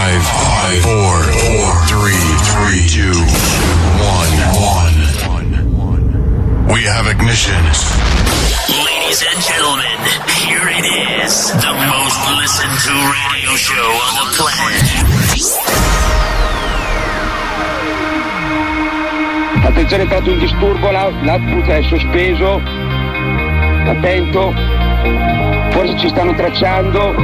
5, 4, 3, 2, 1. We have ignition. Ladies and gentlemen, here it is, the most listened to radio show on the planet. Attenzione, è stato un disturbo, l'output è sospeso, attento, forse ci stanno tracciando,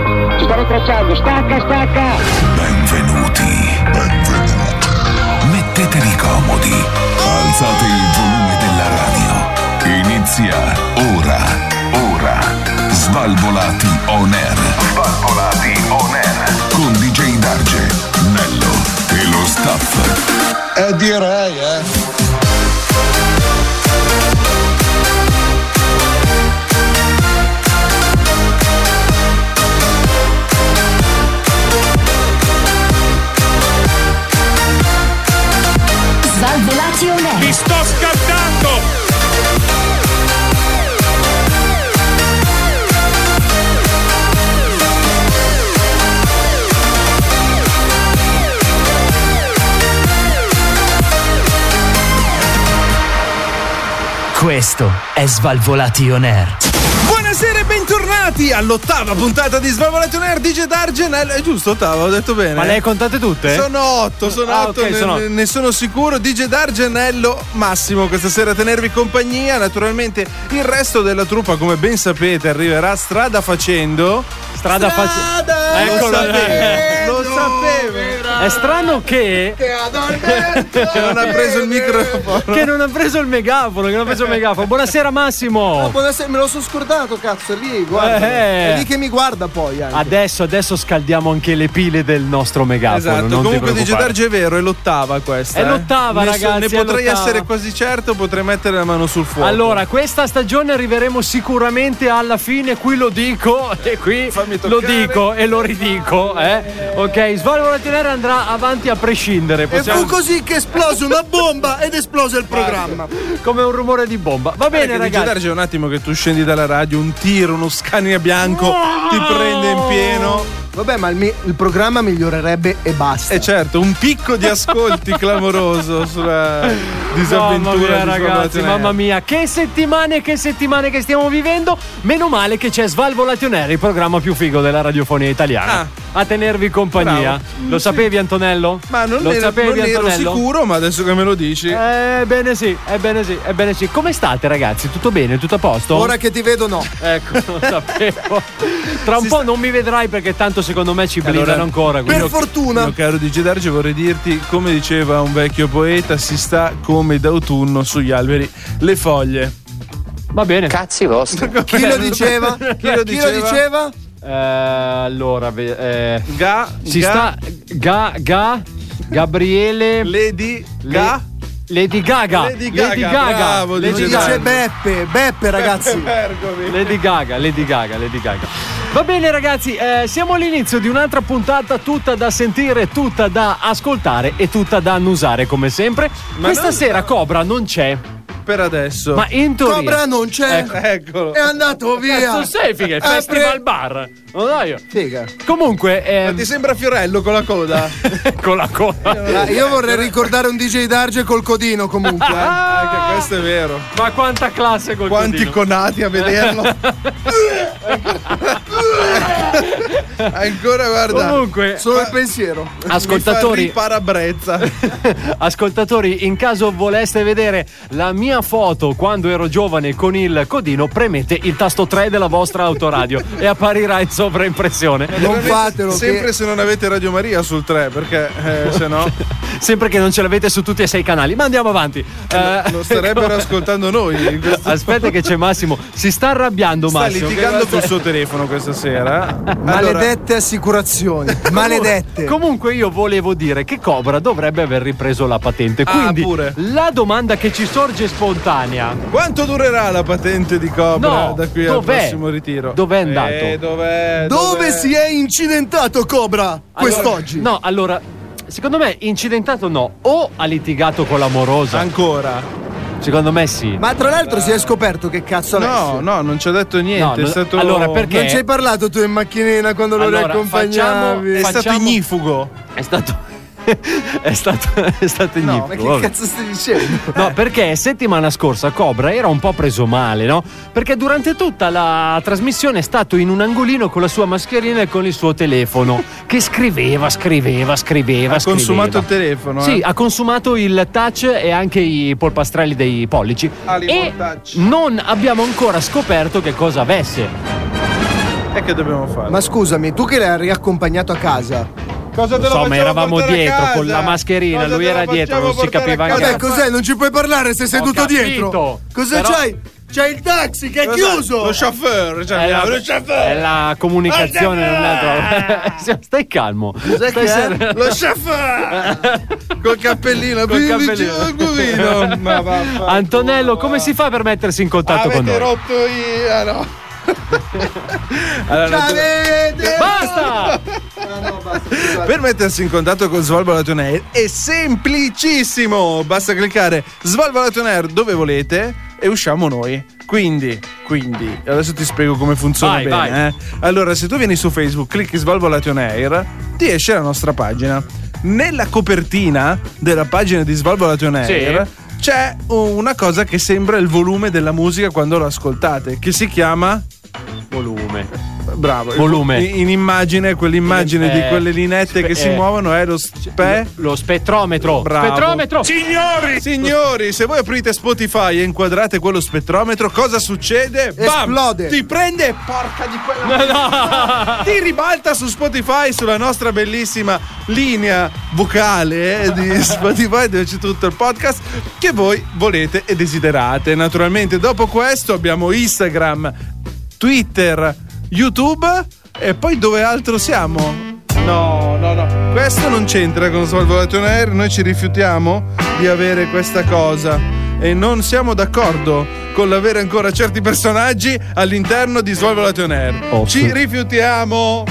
stacca! Benvenuti. Mettetevi comodi, alzate il volume della radio, inizia ora, Svalvolati on air. Con DJ Darge, Nello e lo staff. Direi, Svalvolati on air. Mi sto scaldando! Questo è Svalvolati on air. Buonasera e bentornati all'8ª puntata di Svalvolati on air. DJ Darge, è giusto, ottava, ho detto bene? Ma le hai contate tutte? Sono 8, okay, ne sono sicuro. DJ Darge, Nello, Massimo questa sera a tenervi compagnia. Naturalmente il resto della truppa, come ben sapete, arriverà strada facendo. Eccolo, lo sapevo. È strano che non ha preso il microfono. Che non ha preso il megafono. Buonasera Massimo. Buonasera, me lo sono scordato, cazzo, è lì, guarda. È lì che mi guarda poi anche. Adesso scaldiamo anche le pile del nostro megafono. Esatto, non comunque DJ Darge è vero, è l'ottava questa. È l'ottava, ragazzi. Ne potrei essere quasi certo, potrei mettere la mano sul fuoco. Allora, questa stagione arriveremo sicuramente alla fine, qui lo dico e qui lo dico e lo ridico, Ok, Svalvolati on air andrà avanti a prescindere. E fu così che esplose una bomba ed esplose il programma. Come un rumore di bomba. Va bene, ragazzi. Darge, un attimo che tu scendi dalla radio, un tiro, uno Scania bianco ti prende in pieno. Vabbè, ma il programma migliorerebbe e basta. Certo, un picco di ascolti clamoroso sulla disavventura ragazzi, mamma mia, che settimane che stiamo vivendo. Meno male che c'è Svalvolati on air, il programma più figo della radiofonia italiana, a tenervi compagnia. Bravo. Lo sapevi, Antonello? Ma non ero sicuro, ma adesso che me lo dici. Ebbene sì. Come state, ragazzi? Tutto bene? Tutto a posto? Ora che ti vedo, no. Ecco, lo sapevo. Tra un po' non mi vedrai perché tanto secondo me ci blindano ancora. Per fortuna. Mio caro DJ Darge, vorrei dirti, come diceva un vecchio poeta, si sta come d'autunno sugli alberi le foglie. Va bene. Cazzi vostri. Chi lo diceva? Allora, Gabriele Lady Gaga. Lady Gaga. Bravo, dice Beppe, ragazzi. Lady Gaga. Va bene, ragazzi, siamo all'inizio di un'altra puntata tutta da sentire, tutta da ascoltare e tutta da annusare come sempre. Questa sera Cobra non c'è. Per adesso. Ma in teoria Cobra non c'è. Eccolo. È andato via. Cazzo sei, figa? Il festival bar. Non so io. Figa. Comunque ma ti sembra Fiorello con la coda? Con la coda. Io vorrei ricordare un DJ Darge col codino comunque. Anche questo è vero. Ma quanta classe col Quanti codino. conati a vederlo. Ancora, guarda. Comunque, solo il pensiero. Ascoltatori, parabrezza. Ascoltatori, in caso voleste vedere la mia foto quando ero giovane con il codino, premete il tasto 3 della vostra autoradio e apparirà in sovraimpressione. Non fatelo. Sempre se non avete Radio Maria sul 3, perché se no. Sempre che non ce l'avete su tutti e 6 canali. Ma andiamo avanti. Lo starebbero ascoltando noi. Aspetta che c'è Massimo. Si sta arrabbiando Massimo. Sta litigando col suo telefono questa sera. Maledette assicurazioni. Maledette. Comunque io volevo dire che Cobra dovrebbe aver ripreso la patente. Quindi pure. La domanda che ci sorge spontanea: quanto durerà la patente di Cobra da qui al prossimo ritiro? Dov'è andato? Dove si è incidentato Cobra quest'oggi? No, allora, secondo me incidentato no. O ha litigato con l'amorosa. Ancora. Secondo me sì. Ma tra l'altro si è scoperto che cazzo Alessio. No, non ci ha detto niente. No, è stato. allora, perché? Non ci hai parlato tu in macchinina quando lo riaccompagnavi? È stato ignifugo. È stato ignifugo. No, ma che cazzo stai dicendo? No, perché settimana scorsa Cobra era un po' preso male, no? Perché durante tutta la trasmissione è stato in un angolino con la sua mascherina e con il suo telefono che scriveva. Ha consumato il telefono. Sì, ha consumato il touch e anche i polpastrelli dei pollici. E touch. non abbiamo ancora scoperto che cosa avesse. E che dobbiamo fare? Ma scusami, tu che l'hai riaccompagnato a casa? Cosa te lo Insomma, eravamo portare a dietro casa? con la mascherina, Cosa lui te lo era dietro, non si portare capiva a anche. casa? Vabbè, cos'è? Non ci puoi parlare, sei seduto capito. dietro. Cosa Però- c'hai? C'hai il taxi che è chiuso! Lo chauffeur. È la comunicazione, non è troppo. Stai calmo. Cos'è che è? Lo chauffeur. Col cappellino. Col cappellino. Ma vaffanculo. Antonello, come si fa per mettersi in contatto con Avete noi? rotto io. No. Allora, Basta! per mettersi in contatto con Svalvolato On Air è semplicissimo, basta cliccare Svalvolato On Air dove volete e usciamo noi. Quindi adesso ti spiego come funziona Vai, bene. vai. Allora, se tu vieni su Facebook, clicchi Svalvolato On Air, ti esce la nostra pagina. Nella copertina della pagina di Svalvolato On Air c'è una cosa che sembra il volume della musica quando lo ascoltate, che si chiama Volume. bravo, Volume. in immagine, quell'immagine di quelle linette che si muovono è lo spettrometro. Bravo. Spettrometro. Signori, se voi aprite Spotify e inquadrate quello spettrometro, cosa succede? Esplode. Ti prende, porca di quella. Ti ribalta su Spotify, sulla nostra bellissima linea vocale di Spotify, dove c'è tutto il podcast che voi volete e desiderate. Naturalmente, dopo questo abbiamo Instagram, Twitter, YouTube e poi dove altro siamo? No. Questo non c'entra con Svalvolato On Air, noi ci rifiutiamo di avere questa cosa e non siamo d'accordo con l'avere ancora certi personaggi all'interno di Svalvolato On Air. Ci rifiutiamo.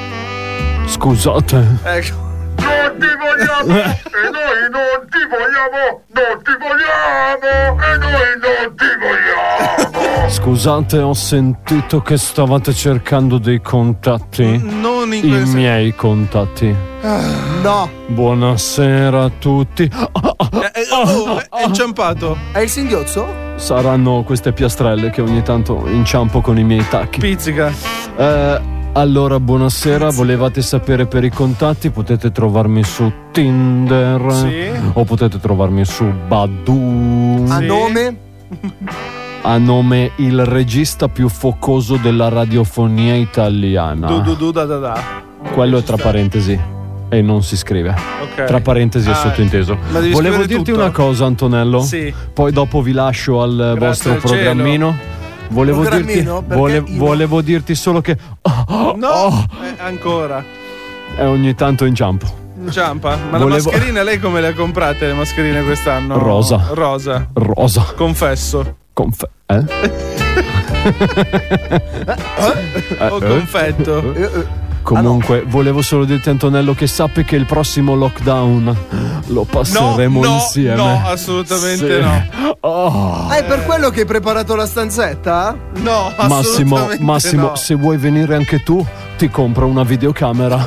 Scusate. Ecco. Non ti vogliamo e noi non ti vogliamo, non ti vogliamo e noi non ti vogliamo. Scusate, ho sentito che stavate cercando dei contatti. Non in I questo. miei contatti. No, Buonasera a tutti. È inciampato. è il singhiozzo? Saranno queste piastrelle che ogni tanto inciampo con i miei tacchi. Pizzica. Allora, buonasera, volevate sapere per i contatti? Potete trovarmi su Tinder o potete trovarmi su Badoo. A nome? A nome il regista più focoso della radiofonia italiana. Da. Quello è tra parentesi e non si scrive. Ok. Tra parentesi è sottinteso. Ma devi Volevo scrivere dirti tutto? una cosa, Antonello. Sì. Poi dopo vi lascio al vostro al cielo. programmino. Volevo dirti, Programmino? Perché io- volevo dirti solo che No, ancora. ogni tanto inciampo. Inciampa. Ma Volevo- la mascherina lei come le ha comprate le mascherine quest'anno? Rosa. Rosa. Confesso. O confetto. Comunque, volevo solo dirti, Antonello, che sappi che il prossimo lockdown lo passeremo insieme. No, assolutamente Sì. no. Oh. Ah, è per quello che hai preparato la stanzetta? No, Massimo, assolutamente no. se vuoi venire anche tu, ti compro una videocamera.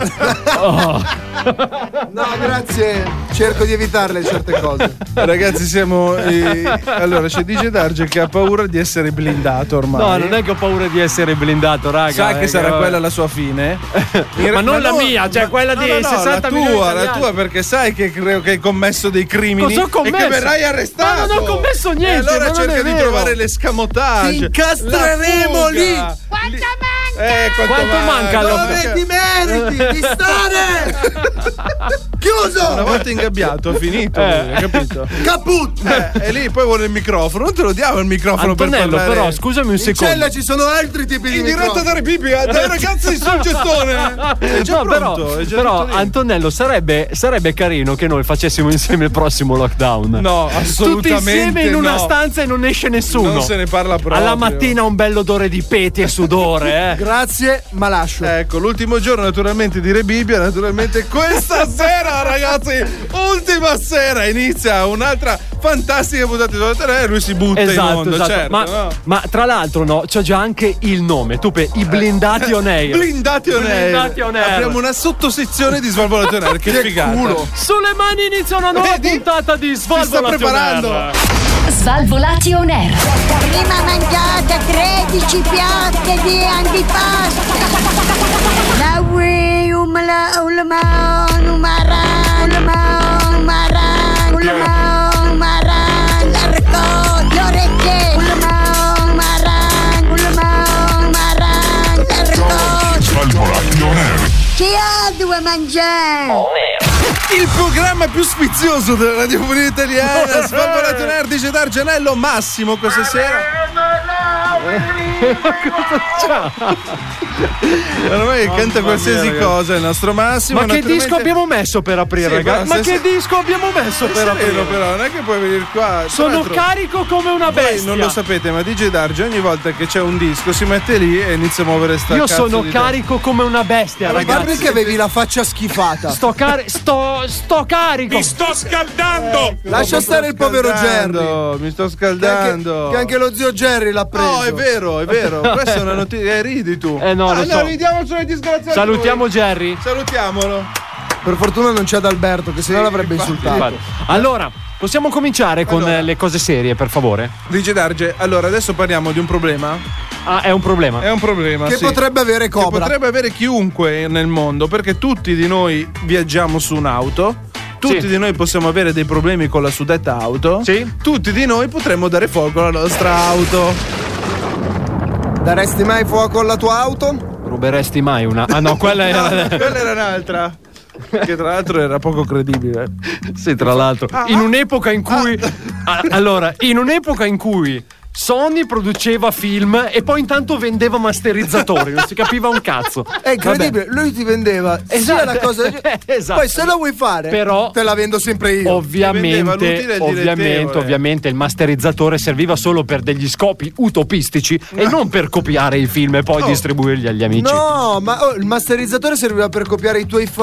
No, grazie. Cerco di evitarle certe cose. Ragazzi, siamo. Allora, c'è DJ Darge che ha paura di essere blindato ormai. No, non è che ho paura di essere blindato, raga. Sa che sarà quella la sua fine. Ma non la mia, cioè quella di 60 milioni la italiani. tua, perché sai che creo che hai commesso dei crimini. Cosa ho commesso? E che verrai arrestato. Ma non ho commesso niente. E allora ma non cerca è di vero. trovare l'escamotage. Ti incastreremo lì. Quanto Quanto manca Dove ti meriti di stare? Chiuso. Una volta ingabbiato, ha finito, hai capito? Caput. E lì poi vuole il microfono. Non te lo diamo il microfono Antonello, per parlare. però, scusami un In secondo. cella ci sono altri tipi di In diretta microfoni. da Repipia, dai ragazzi sul gettone. È già No, pronto, è già però tutto lì. Antonello, sarebbe carino che noi facessimo insieme il prossimo lockdown. No, assolutamente Tutti insieme in una no. stanza e non esce nessuno. Non se ne parla proprio. Alla mattina un bello odore di peti e sudore, Grazie, ma lascio. Ecco, l'ultimo giorno naturalmente di Rebibbia, naturalmente questa sera ragazzi, ultima sera inizia un'altra fantastica puntata di Svalvolazione e lui si butta in mondo, certo, ma tra l'altro c'è già anche il nome, i blindati on air. Blindati on air. Apriamo una sottosezione di Svalvolazione on air, che figata. Culo. Sulle mani inizia una nuova puntata di Svalvolazione. Si sta preparando. Svalvolati on air. Prima mangiate 13 piatte di antipasto. La ui umala ulama umara ulama umara ulama umara l'arco le orecchie ulama umara l'arco Svalvolati on air. chi ha due mangiare. Il programma più sfizioso della radiofonia italiana, Svalvolati on air, dice D'Argenello Massimo questa sera. Ormai canta qualsiasi cosa il nostro Massimo. Ma che disco abbiamo messo per aprire, Sì, ragazzi? Ma che disco abbiamo messo per aprire? Però non è che puoi venire qua. Sono carico come una bestia. Voi non lo sapete, ma DJ Darge ogni volta che c'è un disco si mette lì e inizia a muovere sta Io cazzo sono di carico come una bestia, Guarda ragazzi. che avevi la faccia schifata. Sto carico. Mi sto scaldando! Lascia stare il povero Jerry. Mi sto scaldando. Che anche lo zio Jerry l'ha preso. No, è vero. Questa è una notizia. Ridi tu. No, lo so. Ridiamo sulle disgraziate. Salutiamo Jerry. Salutiamolo. Per fortuna non c'è Adalberto, che sennò l'avrebbe insultato. Allora, possiamo cominciare con le cose serie, per favore? DJ Darge, allora adesso parliamo di un problema. Ah, è un problema. È un problema, Che sì. potrebbe avere Che Cobra. potrebbe avere chiunque nel mondo, perché tutti di noi viaggiamo su un'auto. Tutti Sì. di noi possiamo avere dei problemi con la suddetta auto. Sì. Tutti di noi potremmo dare fuoco alla nostra auto. Daresti mai fuoco alla tua auto? Ruberesti mai una? Ah no, quella era. Quella era un'altra. Che tra l'altro era poco credibile. Sì, tra l'altro. In un'epoca in cui. Allora, in un'epoca in cui Sony produceva film e poi intanto vendeva masterizzatori, non si capiva un cazzo. È incredibile, lui ti vendeva sia la cosa. Esatto. Poi se la vuoi fare, però te la vendo sempre io. Vendeva l'utile e il dilettevole. Ovviamente il masterizzatore serviva solo per degli scopi utopistici e non per copiare i film e poi distribuirli agli amici. No, ma il masterizzatore serviva per copiare i tuoi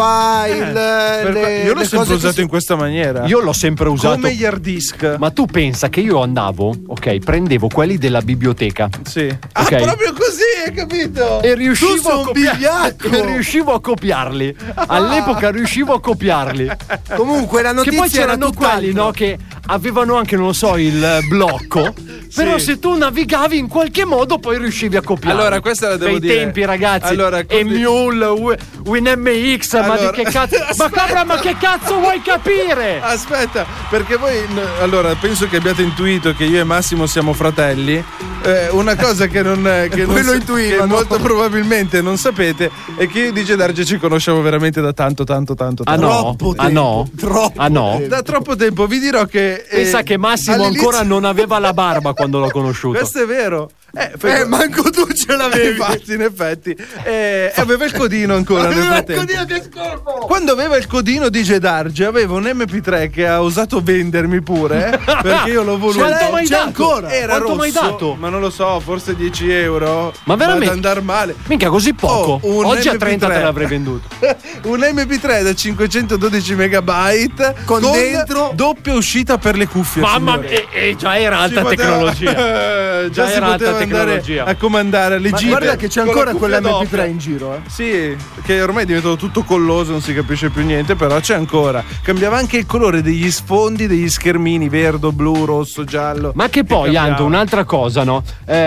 file. Io l'ho sempre cose usato in questa maniera. Io l'ho sempre usato. Come gli hard disk. Ma tu pensa che io andavo, prendevo quelli della biblioteca. Sì. Ok. Proprio così, hai capito? E riuscivo Tu sei un vigliacco. riuscivo a copiarli. All'epoca riuscivo a copiarli. Comunque la notizia Che poi c'erano era quelli, tutt'altro. no, che avevano anche, non lo so, il blocco. Però se tu navigavi in qualche modo poi riuscivi a copiare. Allora, questa la devo Bei dire. tempi, ragazzi. Allora, Emule, WinMX, ma di che cazzo? Ma Cobra, ma che cazzo vuoi capire? Aspetta, perché voi allora penso che abbiate intuito che io e Massimo siamo fratelli. Una cosa che non che Poi lo che intuivano. molto probabilmente non sapete è che io e DJ Darge ci conosciamo veramente da tanto. Ah no? Troppo Ah no? Troppo Ah no? tempo. Da troppo tempo. Vi dirò che Pensa che Massimo all'inizio- ancora non aveva la barba quando l'ho conosciuto. Questo è vero. Manco tu ce l'avevi. Infatti, in effetti. Aveva il codino ancora nel frattempo. che schifo. Quando aveva il codino DJ Darge aveva un MP3 che ha osato vendermi pure perché io l'ho voluto. Quanto m'hai C'è dato? ancora. Era Quanto rosso, m'hai dato? ma non lo so, forse 10 euro. Ma veramente? Ad andar male. Minchia, così poco. Un Oggi a MP3. 30 te l'avrei venduto. Un MP3 da 512 megabyte Con dentro doppia uscita per le cuffie. Mamma signore. mia, già era Si alta poteva- tecnologia. Già Già si era alta poteva andare tecnologia. a comandare le Ma gite guarda che c'è con la ancora cuffia quell'MP3 doppia. in giro, Sì, che ormai è diventato tutto colloso, non si capisce più niente, però c'è ancora. Cambiava anche il colore degli sfondi, degli schermini, verde, blu, rosso, giallo. Ma che poi, cambiava. Anto, un'altra cosa, no?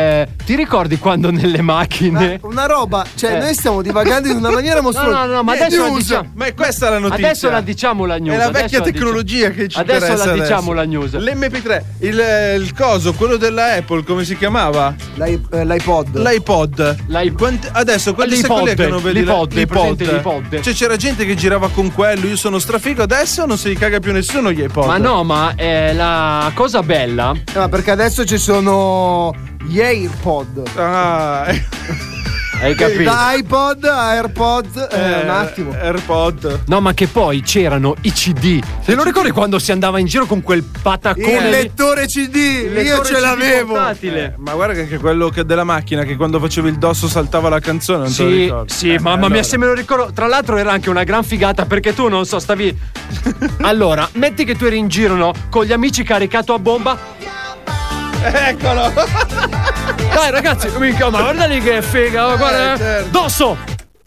Ti ricordi quando nelle macchine. Una roba, cioè noi stiamo divagando in una maniera mostruosa. No, ma adesso la diciamo. Ma è questa la notizia. Adesso la diciamo la news. È la adesso vecchia la diciamo. tecnologia che ci Adesso interessa la diciamo la news. L'MP3, il coso, quello della Apple, come si chiamava? L'iPod. L'iPod. Adesso quelli sai quelli che non vedi presente l'iPod. Cioè c'era gente che girava con quello, io sono strafigo, adesso non si caga più nessuno gli iPod. Ma no, ma la cosa bella. Ma perché adesso ci sono gli AirPod. Ah. Hai capito? Da iPod a AirPod, un attimo. AirPod. No, ma che poi c'erano i CD. Te lo ricordi quando si andava in giro con quel pataccone? Il lì? lettore CD, io ce l'avevo. Portatile. Ma guarda che anche quello della macchina, che quando facevi il dosso saltava la canzone, non te lo Sì, ricordi? sì, mamma mia, se me lo ricordo. Tra l'altro era anche una gran figata perché tu, non so, stavi. Allora, metti che tu eri in giro, no? Con gli amici caricato a bomba. Eccolo! Dai ragazzi, mica, ma guarda lì che figa, oh, guarda. Certo. Dosso!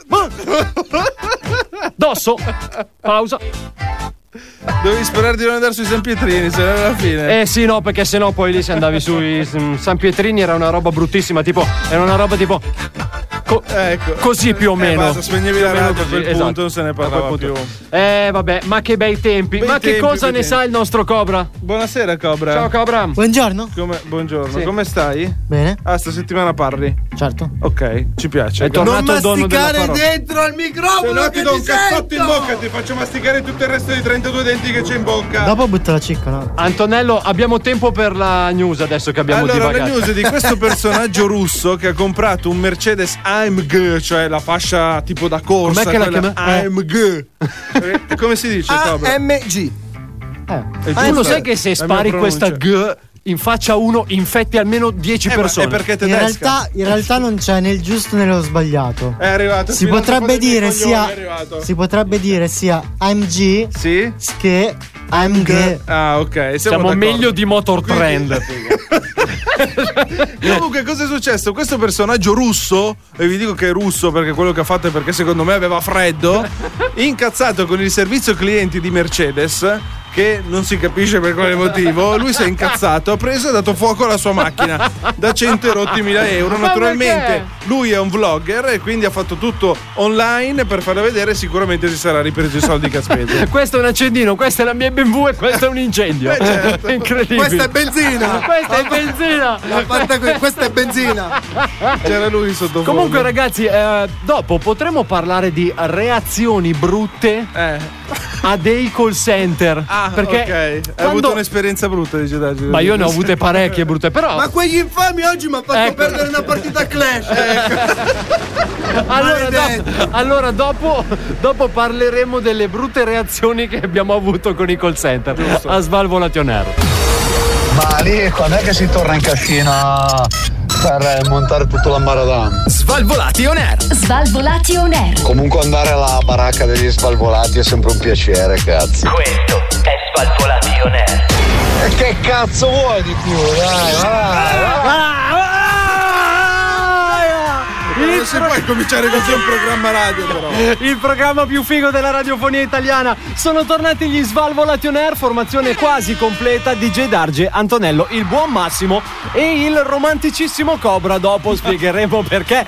Dosso! Pausa. Dovevi sperare di non andare sui San Pietrini, se no alla fine. Sì, no, perché sennò poi lì se andavi sui San Pietrini era una roba bruttissima, tipo, era una roba tipo. Ecco. Così più o meno. Basta, spegnevi la radio, a quel punto esatto. non se ne parlava più. Vabbè, ma che bei tempi. Bei ma che tempi, cosa bei ne tempi. sa il nostro Cobra? Buonasera Cobra. Ciao Cobra. Buongiorno. Buongiorno, Sì. come stai? Bene. Sta settimana parli? Certo. Ok, ci piace. È tornato Non il dono della masticare parola. dentro al microfono. Se no ti do un cazzotto in sento. bocca, ti faccio masticare tutto il resto dei 32 denti che c'è in bocca. Dopo butto la cicca, no? Antonello, abbiamo tempo per la news adesso che abbiamo Allora, divagato. la news di questo personaggio russo che ha comprato un Mercedes AMG, cioè la fascia tipo da corsa. Com'è che la quella chiama? AMG. Come si dice, Cobra? AMG. È Tu lo giusto? sai che se È spari mia questa pronuncia. G in faccia a uno infetti almeno 10 Ma persone. è perché è In tedesca. realtà non c'è né il giusto né lo sbagliato. È arrivato. Si fino a potrebbe sotto dei dire coglioni, sia. è arrivato. Si potrebbe dire sia AMG Sì? che AMG. Ah, ok. Siamo d'accordo. meglio di Motor Trend. Comunque, cosa è successo? Questo personaggio russo, e vi dico che è russo perché quello che ha fatto è perché secondo me aveva freddo, incazzato con il servizio clienti di Mercedes, che non si capisce per quale motivo. Lui si è incazzato, ha preso e ha dato fuoco alla sua macchina da 100.000 euro. Ma Naturalmente perché? lui è un vlogger e quindi ha fatto tutto online per farlo vedere. Sicuramente si sarà ripreso i soldi che ha speso. Questo è un accendino, questa è la mia BMW e questo è un incendio. Certo. Incredibile. Questa è benzina. Questa è benzina. Questa è benzina. C'era lui sotto Comunque ragazzi, dopo potremo parlare di reazioni brutte a dei call center. Perché ok. Hai quando- avuto un'esperienza brutta, dice Daggio. Ma io ne ho avute parecchie brutte, però Ma quegli infami oggi mi hanno fatto Ecco. perdere una partita a Clash. allora dopo parleremo delle brutte reazioni che abbiamo avuto con i call center a Svalvolation Air. Ma lì quando è che si torna in cascina per montare tutto l'ambaradan? Svalvolati on air. Svalvolati on air. Comunque andare alla baracca degli svalvolati è sempre un piacere, cazzo. Questo è Svalvolati on air. E che cazzo vuoi di più? Dai, vai. Non si può cominciare così un programma radio, però. Il programma più figo della radiofonia italiana. Sono tornati gli Svalvolation Air, formazione quasi completa. DJ Darge, Antonello, il buon Massimo e il romanticissimo Cobra. Dopo spiegheremo perché.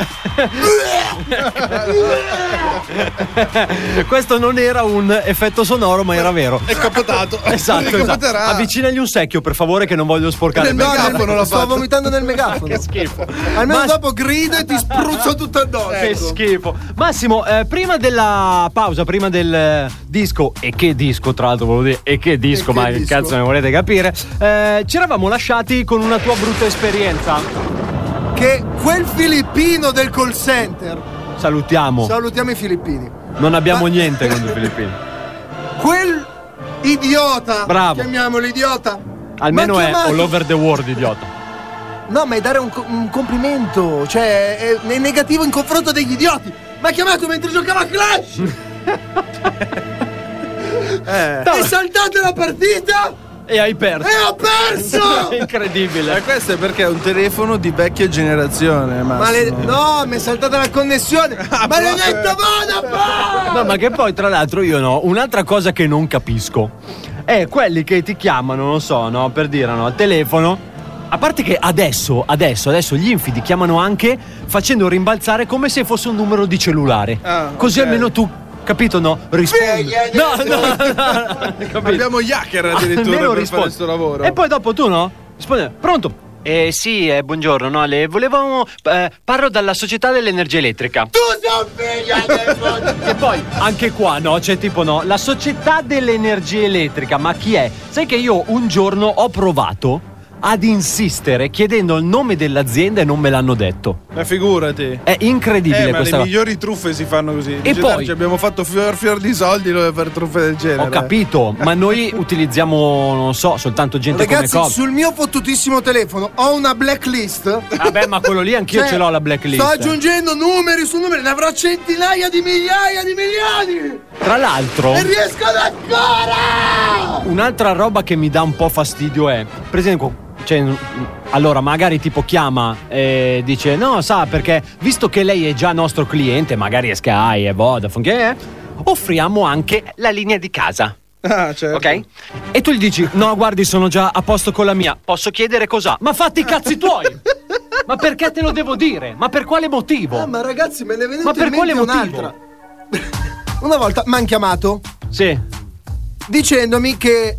Questo non era un effetto sonoro, ma era vero. È capotato. Esatto. Avvicinagli un secchio, per favore, che non voglio sporcare Nel il megafono l'ho sto vomitando nel megafono. Che schifo. Almeno dopo grido e ti spruzzo tutto addosso. Che schifo. Massimo, prima della pausa, prima del disco, e che disco tra l'altro volevo dire, e che disco, E che ma che disco? cazzo ne volete capire, ci eravamo lasciati con una tua brutta esperienza. Che quel filippino del call center. Salutiamo. Salutiamo i filippini. Non abbiamo niente contro i filippini. Quel idiota. Bravo. Chiamiamolo idiota. Almeno Ma è chiamato- all over the world, idiota. No, ma è dare un complimento. Cioè, è negativo in confronto degli idioti. Mi ha chiamato mentre giocava a Clash. È saltata la partita E hai perso. e ho perso. Incredibile. Questo è perché è un telefono di vecchia generazione, No, mi è saltata la connessione. Maledetta Vodafone. No, ma che poi, tra l'altro, io no, un'altra cosa che non capisco è quelli che ti chiamano, non so, no, per dire, no, al telefono. A parte che adesso gli infidi chiamano anche facendo rimbalzare come se fosse un numero di cellulare. Così ok. almeno tu, capito, no? Rispondi. No, capito? Abbiamo gli hacker addirittura Almeno per fare rispondi. questo lavoro. E poi dopo tu, no? Rispondi. Pronto? Sì, buongiorno, no, le volevo. Parlo dalla società dell'energia elettrica. Tu sei un figlio del mondo. E poi anche qua, no? C'è tipo, no, la società dell'energia elettrica, ma chi è? Sai che io un giorno ho provato ad insistere chiedendo il nome dell'azienda e non me l'hanno detto. Ma figurati. È incredibile ma questa le cosa. migliori truffe si fanno così. E poi ci abbiamo fatto fior di soldi per truffe del genere. Ho capito, ma noi utilizziamo, non so, soltanto gente Ragazzi, come Cobb. sul mio fottutissimo telefono ho una blacklist. Vabbè, ma quello lì anch'io ce l'ho la blacklist. Sto aggiungendo numeri su numeri, ne avrò centinaia di migliaia di milioni. Tra l'altro, E riescono ancora! un'altra roba che mi dà un po' fastidio è, per esempio, allora magari tipo chiama e dice no, sa, perché visto che lei è già nostro cliente, magari è Sky, è Vodafone, che è, offriamo anche la linea di casa. Ah, certo. Ok? E tu gli dici no, guardi, sono già a posto con la mia, posso chiedere cos'ha? Ma fatti i cazzi tuoi! Ma perché te lo devo dire? Ma per quale motivo? Ma ragazzi, me ne è venuta Ma per in quale mente motivo? un'altra. Una volta mi hanno chiamato Sì. dicendomi che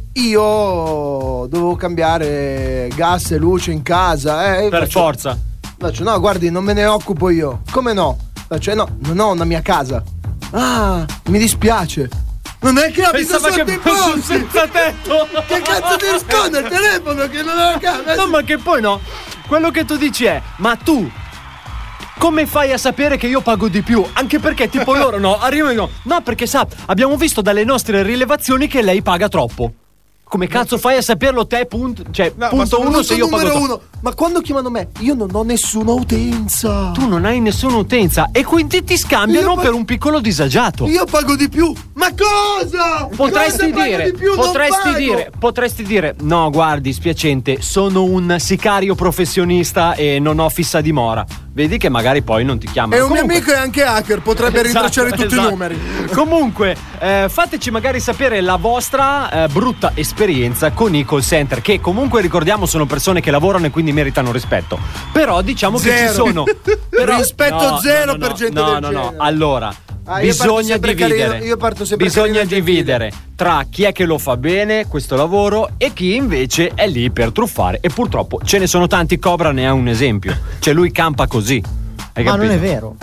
io dovevo cambiare gas e luce in casa. Per forza. Faccio, no, guardi, non me ne occupo io. Come no? Faccio, no, non ho una mia casa. Ah, mi dispiace. Non è che abito Pensava sotto che i fosse un ponti. senza tetto. Che cazzo ti risponde il telefono che non ho casa? No, ma che poi no. Quello che tu dici è, ma tu come fai a sapere che io pago di più? Anche perché tipo loro no, arrivano, no, perché sa, abbiamo visto dalle nostre rilevazioni che lei paga troppo. Come cazzo fai a saperlo te, punto uno, se io pago troppo? Ma quando chiamano me, io non ho nessuna utenza. Tu non hai nessuna utenza e quindi ti scambiano per un piccolo disagiato. Io pago di più. Ma cosa? Potresti Cosa pago dire, di più? potresti dire, no, guardi, spiacente, sono un sicario professionista e non ho fissa dimora. Vedi che magari poi non ti chiamano. E un mio amico è anche hacker, potrebbe rintracciare tutti i numeri. Comunque, fateci magari sapere la vostra brutta esperienza con i call center, che comunque ricordiamo sono persone che lavorano e quindi meritano rispetto. Però diciamo che ci sono. Però, Rispetto zero per gente del genere. No. Allora, io bisogna parto sempre dividere. carino, io parto sempre Bisogna carino e dividere tra chi è che lo fa bene questo lavoro e chi invece è lì per truffare. E purtroppo ce ne sono tanti. Cobra ne è un esempio. Cioè lui campa così. Hai Ma capito? non è vero.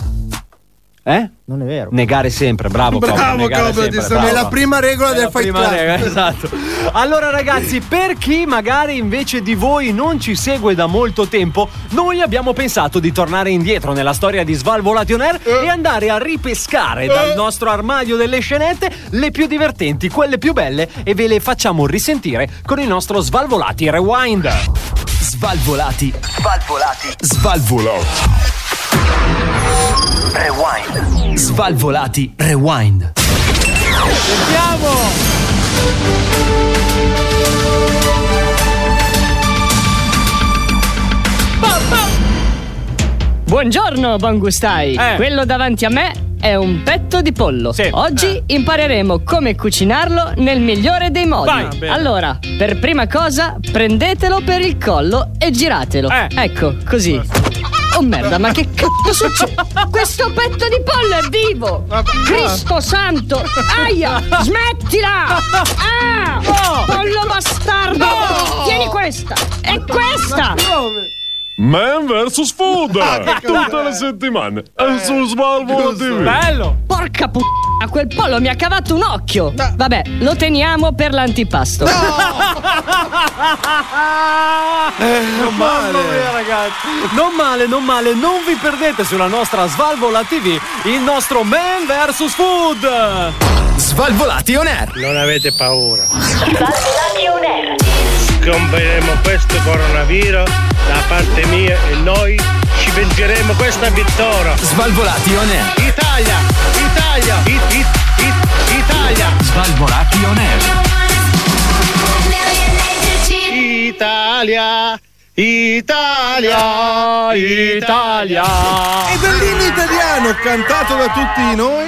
Non è vero. Negare sempre, bravo Cobra, negare sempre, bravo. È la prima regola È del la Fight prima Club. regola, esatto. Allora ragazzi, per chi magari invece di voi non ci segue da molto tempo, noi abbiamo pensato di tornare indietro nella storia di Svalvolati On Air e andare a ripescare dal nostro armadio delle scenette le più divertenti, quelle più belle, e ve le facciamo risentire con il nostro Svalvolati Rewind. Svalvolati Rewind. Svalvolati Rewind. Sentiamo! Buongiorno, Bongustai. Quello davanti a me è un petto di pollo. Oggi impareremo come cucinarlo nel migliore dei modi. Vai, bene. Allora, per prima cosa, prendetelo per il collo e giratelo. Ecco, così. Oh merda, ma che cazzo succede? Questo petto di pollo è vivo! Cristo santo! Aia! Smettila! Ah! Pollo bastardo! Tieni questa! E questa! Man vs Food tutte le settimane su Svalvolati TV. Bello! Porca puttana, quel pollo mi ha cavato un occhio! Vabbè, lo teniamo per l'antipasto. Mamma mia, ragazzi, non male, non vi perdete sulla nostra Svalvola TV il nostro Man vs Food. Svalvolati On Air. Non avete paura. Svalvolati On Air. Scomperemo questo coronavirus da parte mia e noi ci vengeremo questa vittoria. Svalvolati On Air. Italia! Italia! Svalvolati On Air. Italia! E dall'inno italiano cantato da tutti noi.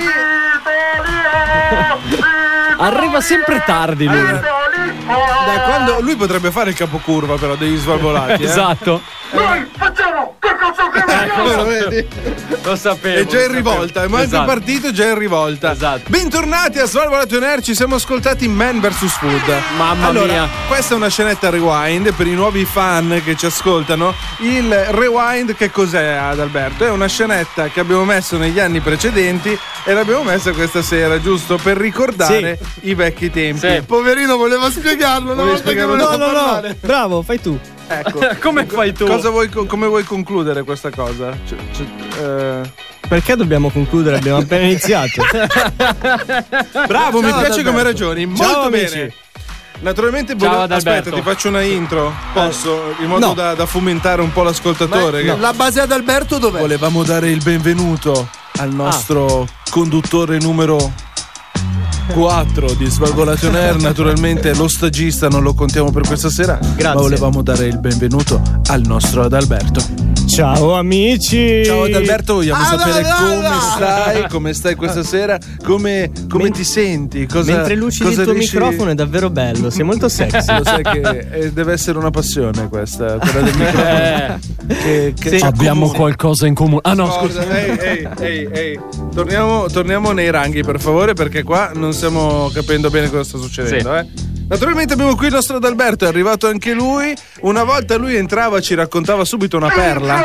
Arriva sempre tardi lui. Da quando lui potrebbe fare il capocurva però degli Svalvolati. Esatto. Noi facciamo che cosa che vogliamo! Lo vedi? Lo sapevo. È già in rivolta, ma anche il partito è già in rivolta. Esatto. Bentornati a Svalvolati On Air, ci siamo ascoltati Man vs Food. Mamma mia. Questa è una scenetta rewind per i nuovi fan che ci ascoltano. Il rewind che cos'è, Adalberto? È una scenetta che abbiamo messo negli anni precedenti e l'abbiamo messa questa sera, giusto per ricordare i vecchi tempi. Poverino voleva spiegarlo, No, bravo, fai tu. Ecco. Come fai tu? Come vuoi concludere questa cosa? Perché dobbiamo concludere? Abbiamo appena iniziato. Bravo, mi piace Adalberto. come ragioni. Molto Ciao, bene. amici. Naturalmente, Ciao, aspetta, Adalberto. ti faccio una intro. Posso? In modo No. da fomentare un po' l'ascoltatore. No. che- La base ad Alberto dov'è? Volevamo dare il benvenuto al nostro conduttore numero 4 di Svalvolation Air. Naturalmente lo stagista non lo contiamo per questa sera. Grazie. Ma volevamo dare il benvenuto al nostro Adalberto. Ciao amici. Ciao Adalberto, vogliamo sapere come stai questa sera, come ti senti, Mentre lucidi il tuo riesci- microfono è davvero bello, sei molto sexy. Lo sai che deve essere una passione questa, quella del microfono. Che Sì. Abbiamo qualcosa in comune. Ah no, Cosa? scusa. Ehi. Torniamo nei ranghi, per favore, perché qua non stiamo capendo bene cosa sta succedendo, Naturalmente abbiamo qui il nostro Adalberto, è arrivato anche lui. Una volta lui entrava, ci raccontava subito una perla.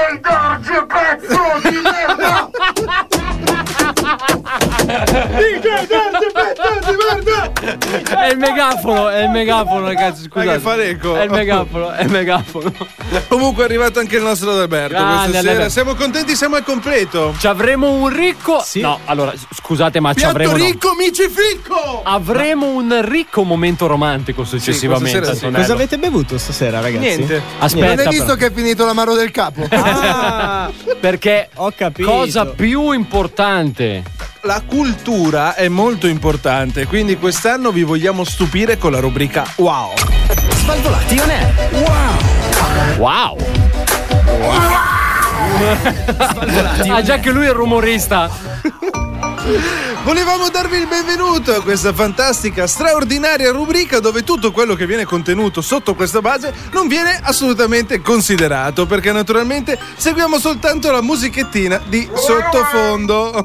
È il megafono, ragazzi, scusate. Che fa l'eco. È il megafono. Comunque è arrivato anche il nostro Adalberto Grande questa sera. Adalberto. Siamo contenti, siamo al completo. Ci avremo un ricco. Sì. No, allora, scusate, ma ci Piatto avremo. ricco, mici ficco! Avremo un ricco momento romantico successivamente. questa sera sì. Antonello. Cosa avete bevuto stasera, ragazzi? Niente. Aspetta, Non hai visto però. che è finito l'amaro del capo? Perché Ho capito. cosa più importante? La cultura è molto importante, quindi quest'anno vi vogliamo stupire con la rubrica Wow. Svalvolati on air. Wow! Ah, già che lui è il rumorista. Volevamo darvi il benvenuto a questa fantastica, straordinaria rubrica dove tutto quello che viene contenuto sotto questa base non viene assolutamente considerato, perché naturalmente seguiamo soltanto la musichettina di sottofondo.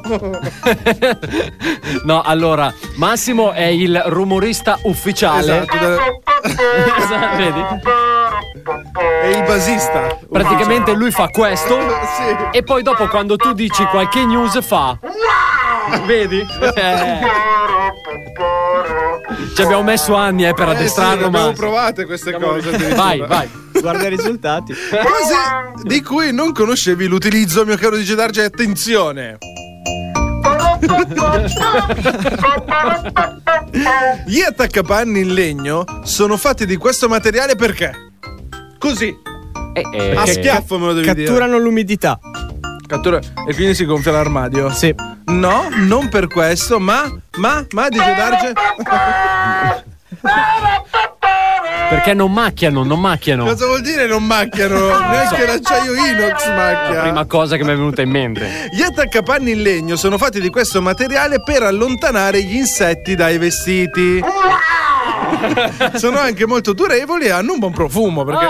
No, allora, Massimo è il rumorista ufficiale. Esatto, Vedi? è il basista. Praticamente lui fa questo e poi dopo quando tu dici qualche news fa. Vedi? Ci abbiamo messo anni per addestrarlo, abbiamo ma provate queste cose. vai. Guarda i risultati. Cose di cui non conoscevi l'utilizzo, mio caro DJ Darge, attenzione. Gli attaccapanni in legno sono fatti di questo materiale perché? Così. A schiaffo me lo devi dire. Catturano l'umidità. Cattura e quindi si gonfia l'armadio? Sì. No, non per questo, ma DJ Darge. Perché non macchiano. Cosa vuol dire non macchiano? Neanche l'acciaio inox macchia. La prima cosa che mi è venuta in mente. Gli attaccapanni in legno sono fatti di questo materiale per allontanare gli insetti dai vestiti. Sono anche molto durevoli e hanno un buon profumo perché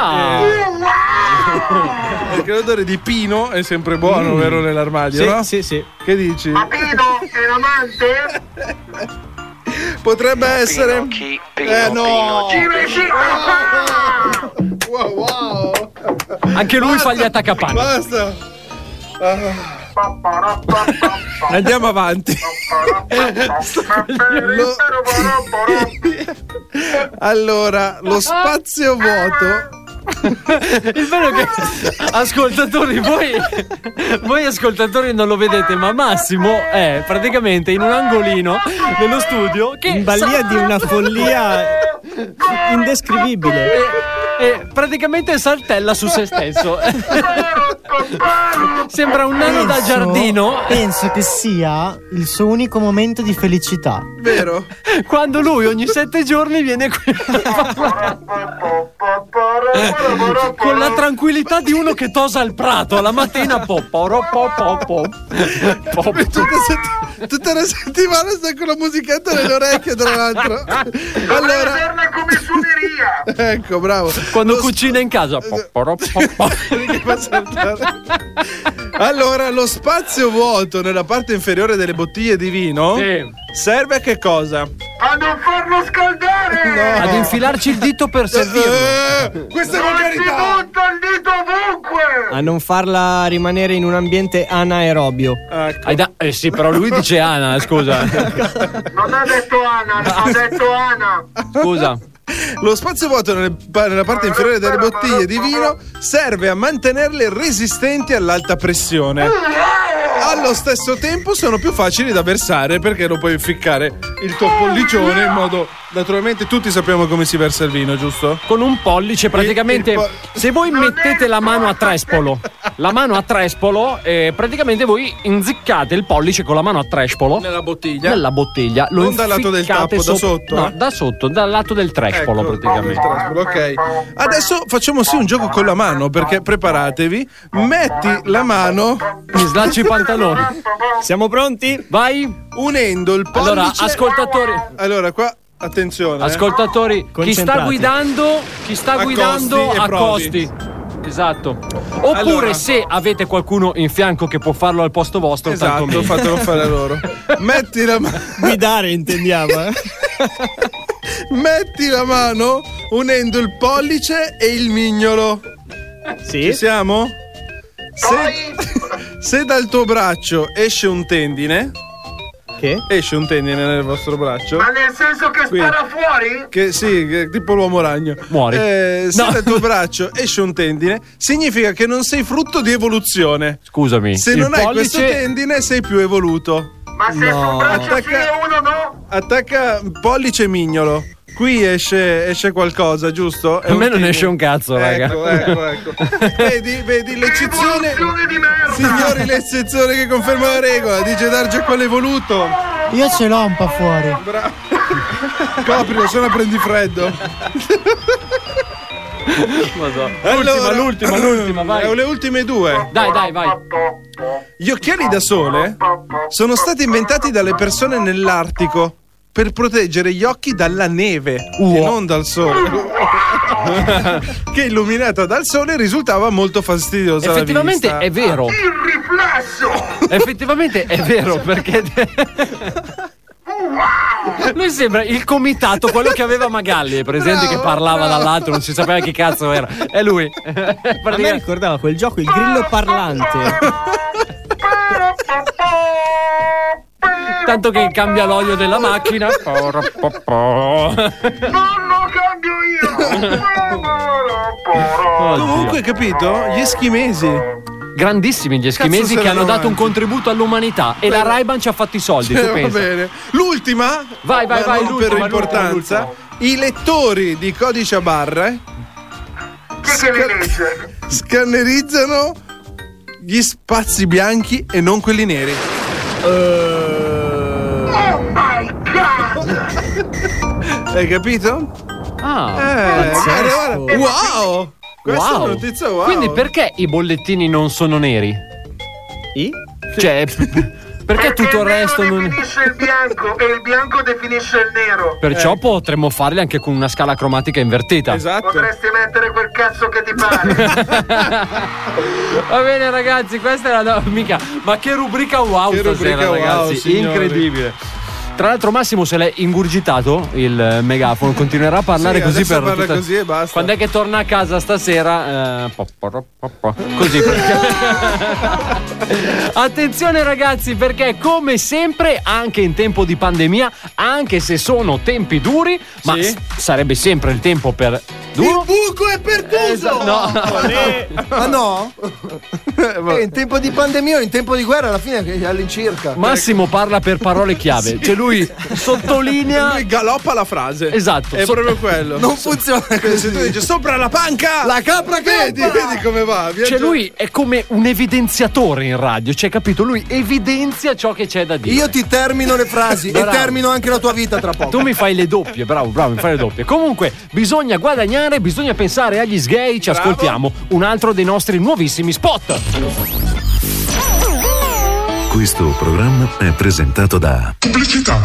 perché l'odore di pino è sempre buono, vero, nell'armadio, Sì, no? sì. Che dici? Ma Pino è l'amante? Potrebbe essere. No! Wow. Anche lui fa gli attaccapanni. Basta. Andiamo avanti. Allora, lo spazio vuoto. Il bello è che ascoltatori, voi ascoltatori non lo vedete, ma Massimo è praticamente in un angolino dello studio che In balia di una follia indescrivibile. e praticamente saltella su se stesso. Sembra un nano da giardino. Penso che sia il suo unico momento di felicità. Vero? Quando lui ogni 7 giorni viene qui con la tranquillità di uno che tosa al prato alla mattina. Tutta la settimana sta con la musichetta nelle orecchie, tra l'altro. Allora, come suoneria. ecco, bravo. Quando cucina in casa. Allora, lo spazio vuoto nella parte inferiore delle bottiglie di vino serve a che cosa? A non farlo scaldare. Ad infilarci il dito per servirlo. Questa è Non si volgarità. butta il dito ovunque. A non farla rimanere in un ambiente anaerobio. Sì, però lui dice Ana, scusa. Non ha detto Ana, ha detto Ana. Scusa. Lo spazio vuoto nella parte inferiore delle bottiglie di vino serve a mantenerle resistenti all'alta pressione. Allo stesso tempo sono più facili da versare perché lo puoi ficcare il tuo pollicione in modo... Naturalmente tutti sappiamo come si versa il vino, giusto? Con un pollice praticamente. Se voi mettete la mano a trespolo, praticamente voi inziccate il pollice con la mano a trespolo nella bottiglia. Lo non dal lato del tappo, da sotto? No, da sotto, dal lato del trespolo, praticamente. Ok. Adesso facciamo un gioco con la mano, perché preparatevi. Metti la mano. Mi slacci i pantaloni. Siamo pronti? Vai. Unendo il pollice. Allora, ascoltatori. Allora, qua. Attenzione. Ascoltatori, chi sta guidando accosti. Esatto. Oppure allora, se avete qualcuno in fianco che può farlo al posto vostro, esatto, tanto fatelo fare loro. Metti la mano. Guidare intendiamo, Metti la mano unendo il pollice e il mignolo. Sì. Ci siamo? Se dal tuo braccio esce un tendine. Che? Esce un tendine nel vostro braccio. Ma nel senso che spara fuori? Che sì, tipo l'uomo ragno. Muori. Se dal tuo braccio esce un tendine, significa che non sei frutto di evoluzione. Scusami. Se non hai questo tendine, sei più evoluto. Ma se sul braccio sì e uno no? Attacca pollice e mignolo. Qui esce qualcosa, giusto? A me non esce un cazzo, raga. Ecco. Vedi l'eccezione. Signori, l'eccezione che conferma la regola. Dice Darge quale è voluto. Io ce l'ho un po' fuori. Bravo. Coprilo, se no prendi freddo. L'ultima, vai. Le ultime due. Dai, vai. Gli occhiali da sole sono stati inventati dalle persone nell'Artico per proteggere gli occhi dalla neve e non dal sole. Che illuminata dal sole risultava molto fastidiosa. Effettivamente alla vista. È vero. Il riflesso! Effettivamente è vero, perché lui sembra il comitato, quello che aveva Magalli, presente, che parlava dall'altro, non si sapeva chi cazzo era. È lui. A me ricordava quel gioco, il grillo parlante. Tanto che cambia l'olio della macchina. Non lo cambio io. Comunque, capito? Gli eschimesi. Grandissimi gli eschimesi che hanno dato un contributo all'umanità. E la Ray-Ban ci ha fatto i soldi, tu pensa. Va bene. L'ultima. Vai, non per importanza. I lettori di codice a barre scannerizzano gli spazi bianchi e non quelli neri. Oh my god! Hai capito? Pazzesco. Wow! Questa è una notizia wow. Quindi perché i bollettini non sono neri? Cioè, perché tutto il resto non definisce il bianco e il bianco definisce il nero. Perciò potremmo farli anche con una scala cromatica invertita. Esatto. Potresti mettere quel cazzo che ti pare. Va bene ragazzi, questa era mica. Ma che rubrica wow che stasera, rubrica ragazzi, wow, incredibile. Tra l'altro Massimo se l'è ingurgitato il megafono, continuerà a parlare così per parla così e basta. Quando è che torna a casa stasera? Così. Attenzione ragazzi, perché come sempre anche in tempo di pandemia, anche se sono tempi duri, ma sarebbe sempre il tempo per duro. Il buco è perduto! No. Ma no? In tempo di pandemia o in tempo di guerra alla fine all'incirca. Massimo parla per parole chiave. Cioè lui sottolinea. Lui galoppa la frase. Esatto. È proprio quello. Non funziona così. Se tu dici sopra la panca, la capra che vedi come va. Cioè lui è come un evidenziatore in radio. Cioè capito? Lui evidenzia ciò che c'è da dire. Io ti termino le frasi e termino anche la tua vita tra poco. Tu mi fai le doppie. Bravo, mi fai le doppie. Comunque bisogna guadagnare, bisogna pensare agli sgay. Ci ascoltiamo un altro dei nostri nuovissimi spot. Questo programma è presentato da Pubblicità.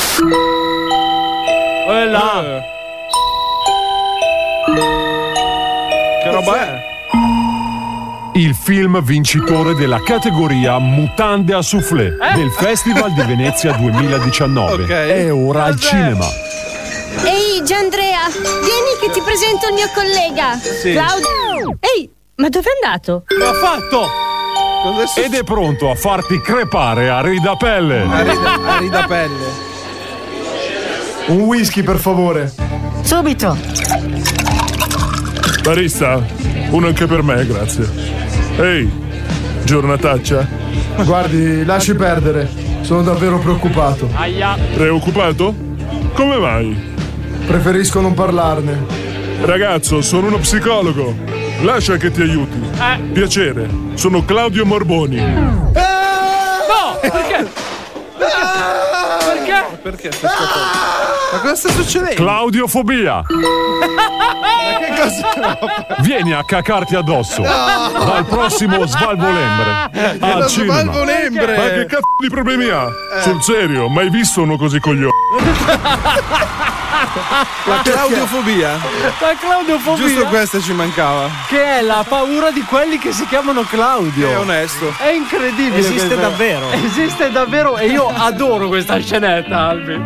Che roba è? Il film vincitore della categoria Mutande a soufflé del Festival di Venezia 2019 è ora al cinema. Ehi Giandrea, vieni che ti presento il mio collega Claudio. Ehi, ma dove è andato? L'ha fatto! Ed è pronto a farti crepare a ridapelle. A ridapelle. Un whisky per favore. Subito. Barista, uno anche per me, grazie. Ehi, giornataccia. Guardi, lasci perdere. Sono davvero preoccupato. Aia. Preoccupato? Come mai? Preferisco non parlarne. Ragazzo, sono uno psicologo. Lascia che ti aiuti. Piacere, sono Claudio Morboni. No! Perché? Perché stai scappando? Ma cosa sta succedendo? Claudiofobia. Ma che cosa? Vieni a cacarti addosso. No. Dal prossimo Svalvolembre al cinema. Svalvolembre. Ma che cazzo di problemi ha? Sul serio, mai visto uno così coglione? La claudiofobia. La claudiofobia. Giusto questa ci mancava. Che è la paura di quelli che si chiamano Claudio. È onesto. È incredibile. Esiste questa. davvero. Esiste davvero e io adoro questa scenetta, Albi.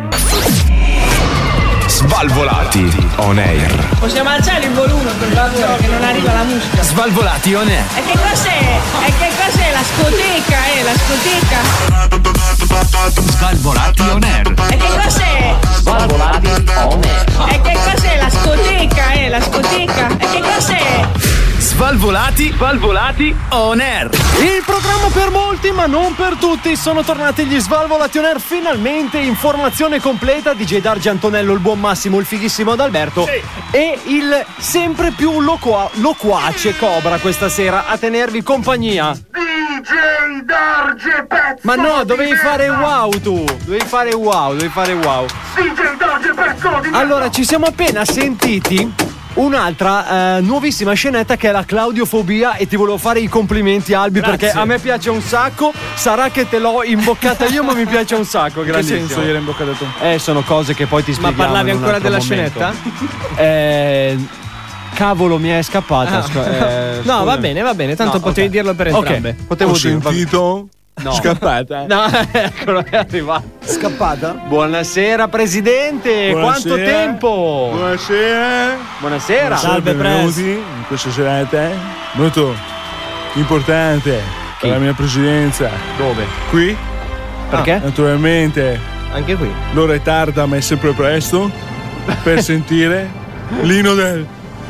Svalvolati on air. Possiamo alzare il volume per favore che non arriva la musica. Svalvolati on air. E che cos'è? La scoteca, la scoteca. Svalvolati on air. E che cos'è? Svalvolati on air. E che cos'è? La scoteca. E che cos'è? Svalvolati on air. Il programma per molti ma non per tutti. Sono tornati gli Svalvolati on air. Finalmente informazione completa. DJ Dargi Antonello, il buon Massimo, il fighissimo Adalberto e il sempre più loquace Cobra questa sera a tenervi compagnia. DJ Dargi, pezzo. Ma no, di dovevi merda. fare wow tu. Dovevi fare wow. DJ Dargi, pezzo di merda. Allora, ci siamo appena sentiti un'altra nuovissima scenetta che è la claudiofobia e ti volevo fare i complimenti, Albi. Grazie. Perché a me piace un sacco. Sarà che te l'ho imboccata io, ma mi piace un sacco. In che Grandissimo. senso gliel'hai imboccata tu? Sono cose che poi ti Ma spieghiamo. parlavi in un ancora altro della momento. scenetta? Cavolo, mi è scappata. No, va bene, tanto potevi dirlo per entrambe. Potevo Ho dirlo. sentito No. scappata. No, eccolo, è arrivato. Scappata? Buonasera, presidente. Buonasera. Quanto tempo? Buonasera. Buonasera. Salve, benvenuti in questa serata molto importante per la mia presidenza. Dove? Qui? Perché? Naturalmente Anche qui. l'ora è tarda ma è sempre presto per sentire l'inno del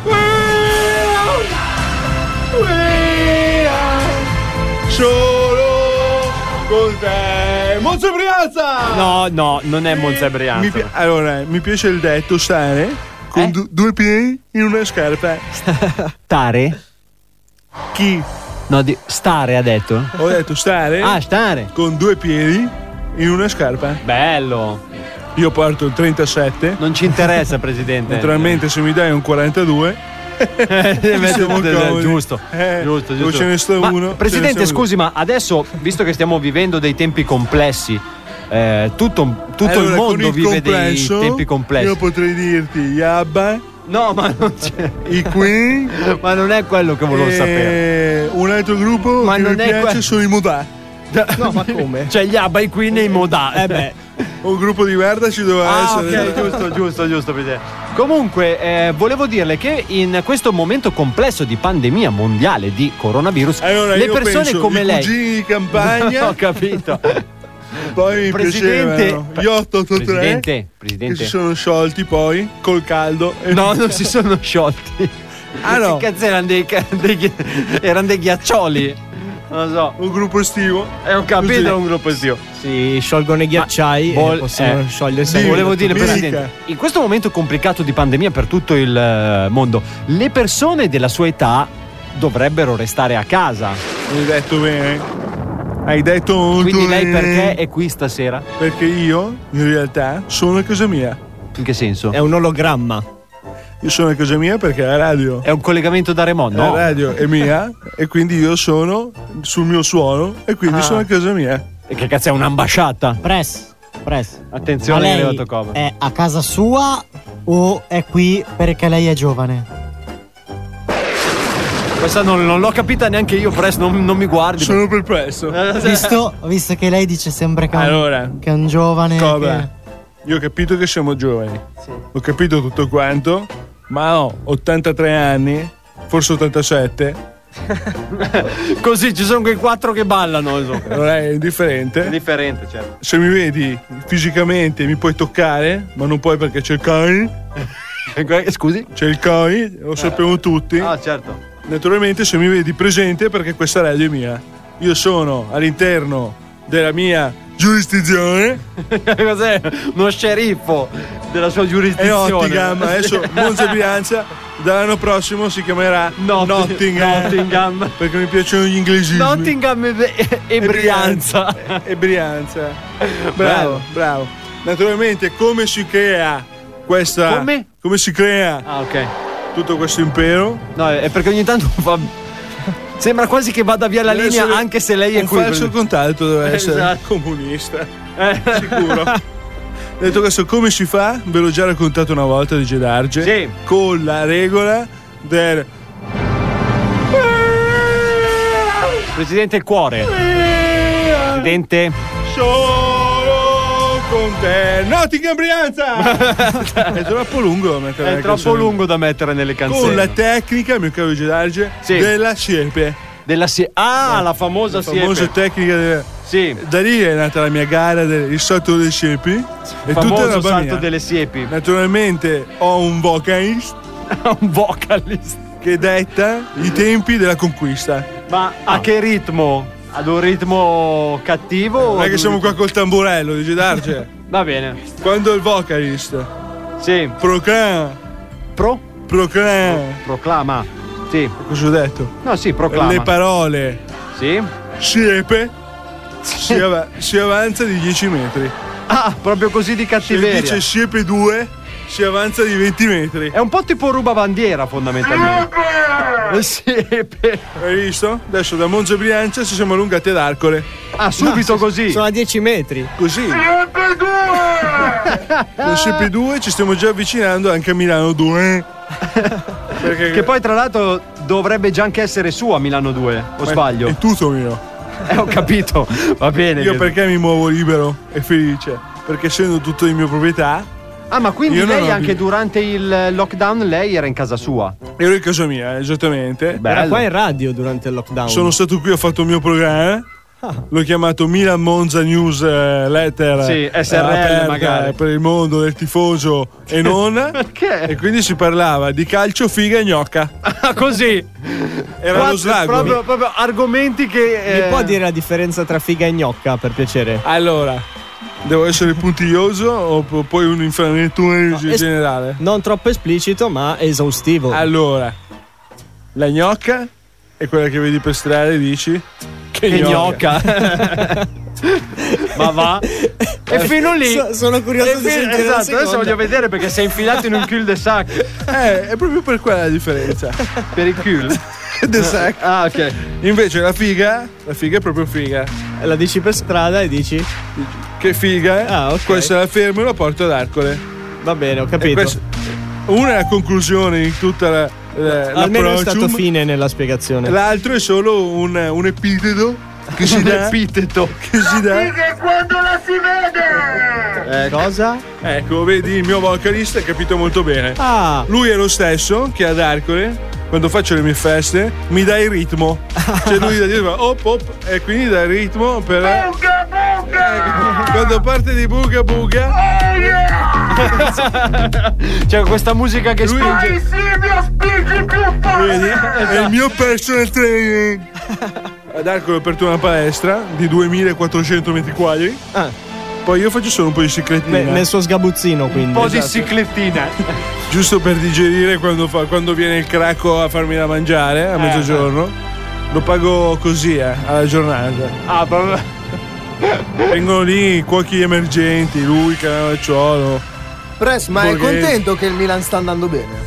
solo con te Monza Brianza. No, non è Monza e Brianza. Allora, mi piace il detto stare con due piedi in una scarpa. Stare? Chi? No, stare ha detto. Ho detto stare. Ah, stare. Con due piedi in una scarpa. Bello. Io porto il 37. Non ci interessa, presidente. Naturalmente se mi dai un 42 siamo comodi. Giusto. O ce ne sto Ma, uno. presidente, ce ne sto scusi, ma adesso, visto che stiamo vivendo dei tempi complessi, tutto Allora, il mondo con il vive complesso, dei tempi complessi. Io potrei dirti gli ABBA. No, ma non c'è. I Queen. Ma non è quello che volevo sapere. Un altro gruppo Ma che non mi è piace sono i Modà. No, ma come? Cioè gli ABBA, i Queen e i Modà. Un gruppo di merda ci doveva essere. Ok, giusto, presidente. Comunque, volevo dirle che in questo momento complesso di pandemia mondiale di coronavirus, Allora, le io persone penso, come i lei. cugini di campagna. Ho capito. Poi mi piacevano gli 883 che Presidente. si sono sciolti poi col caldo. No, non si sono sciolti. Ah, no. Che cazzo erano dei ghiaccioli? Non lo so. Un gruppo estivo. Ho capito, un gruppo estivo. Si sciolgono i ghiacciai e possono sciogliersi. Volevo dire, mica. presidente, in questo momento complicato di pandemia per tutto il mondo, le persone della sua età dovrebbero restare a casa. Hai detto bene. Hai detto molto Quindi lei bene. perché è qui stasera? Perché io, in realtà, sono a casa mia. In che senso? È un ologramma. Io sono a casa mia perché la radio. È un collegamento da remoto? No. La radio è mia e quindi io sono sul mio suolo e quindi sono a casa mia. E che cazzo è un'ambasciata? Press. Attenzione, Ma è lei arrivato Cobra. è a casa sua o è qui perché lei è giovane? Questa non l'ho capita neanche io, Press, non mi guardi. Sono perplesso. Visto che lei dice sempre che, Allora, che è un giovane. Cobra, io ho capito che siamo giovani. Ho capito tutto quanto, ma ho 83 anni, forse 87. Così ci sono quei 4 che ballano. Non è indifferente. È differente, certo. Se mi vedi fisicamente mi puoi toccare, ma non puoi perché c'è il cane. Scusi? C'è il Covid, lo sappiamo tutti. Ah, certo. Naturalmente se mi vedi presente perché questa radio è mia. Io sono all'interno della mia giurisdizione. Cos'è? Uno sceriffo della sua E giurisdizione. Nottingham, adesso Monza e Brianza dall'anno prossimo si chiamerà Nottingham, perché mi piacciono gli inglesismi. Nottingham e Brianza. E Brianza. Bravo, bravo. Naturalmente come si crea questa come si crea tutto questo impero? No, è perché ogni tanto sembra quasi che vada via la linea anche se lei è qui. Un falso contatto deve essere comunista. Sicuro. Detto questo, come si fa? Ve l'ho già raccontato una volta di Gedarge. Sì. Con la regola del Presidente il cuore. Presidente. Solo con te. Nottingham Brianza. È troppo lungo da mettere nelle troppo canzoni. lungo da mettere nelle canzoni. Con la tecnica, mio caro Gedarge, della siepe. La famosa la famosa tecnica da lì è nata la mia gara il salto delle siepi. Il famoso salto delle siepi. Naturalmente ho un vocalist che detta i tempi della conquista. Ma a che ritmo? Ad un ritmo cattivo? Non è che siamo qua col tamburello di Gedarge. Va bene. Quando il vocalist proclama. Sì. Cosa ho detto? No, sì, proclama. Le parole. Sì. Siepe. Si avanza di 10 metri. Ah, proprio così di cattiveria. Se dice siepe 2, si avanza di 20 metri. È un po' tipo rubabandiera, fondamentalmente. Siepe. Hai visto? Adesso da Monza e Brianza ci siamo allungati ad Arcole. Ah, subito così. Sono a 10 metri. Così. Con siepe 2 ci stiamo già avvicinando anche a Milano 2. Che poi tra l'altro dovrebbe già anche essere su a Milano 2, o sbaglio? È tutto mio. Ho capito, va bene. Io perché mi muovo libero e felice? Perché essendo tutto di mia proprietà. Ah, ma quindi lei anche durante il lockdown lei era in casa sua? Ero in casa mia, esattamente. Era qua in radio durante il lockdown. Sono stato qui, ho fatto il mio programma. L'ho chiamato Milan Monza News Letter. Sì, SRL magari. Per il mondo del tifoso e non. Perché? E quindi si parlava di calcio, figa e gnocca. Così. Era lo slago. Proprio argomenti che. Mi può dire la differenza tra figa e gnocca, per piacere? Allora, devo essere puntiglioso o poi un infranettore generale? Non troppo esplicito, ma esaustivo. Allora, la gnocca è quella che vedi per strada e dici che gnocca. Ma va. E fino lì sono curioso di sentire. Esatto, adesso voglio vedere perché sei infilato in un cul de sac. È proprio per quella la differenza. Per il cul de sac. Ah, ok. Invece la figa è proprio figa. La dici per strada e dici che figa. Ah, ok. Questa la fermo e la porto ad Arcole. Va bene, ho capito. Una è la conclusione di tutta la almeno è stato fine nella spiegazione. L'altro è solo un epiteto che si dà. Epiteto che si dà. Figa quando la si vede. Cosa? Ecco, vedi, il mio vocalista ha capito molto bene. Ah. Lui è lo stesso che ad Arcole, quando faccio le mie feste, mi dà il ritmo. Cioè lui da dire op e quindi dà il ritmo per. Buga, buga. Quando parte di buga buga. Oh yeah. C'è questa musica che spinge. Spingi più Vedi? È il mio personal trainer. Ad Arcole ho aperto una palestra di 2400 metri quadri. Poi io faccio solo un po' di ciclettina. Nel suo sgabuzzino, quindi. Un po' di ciclettina. Giusto per digerire quando viene il cracco a farmi da mangiare a mezzogiorno. Lo pago così, alla giornata. Ah, proprio. Vengono lì i cuochi emergenti, lui, Cannavacciolo. Press, ma è contento che il Milan sta andando bene?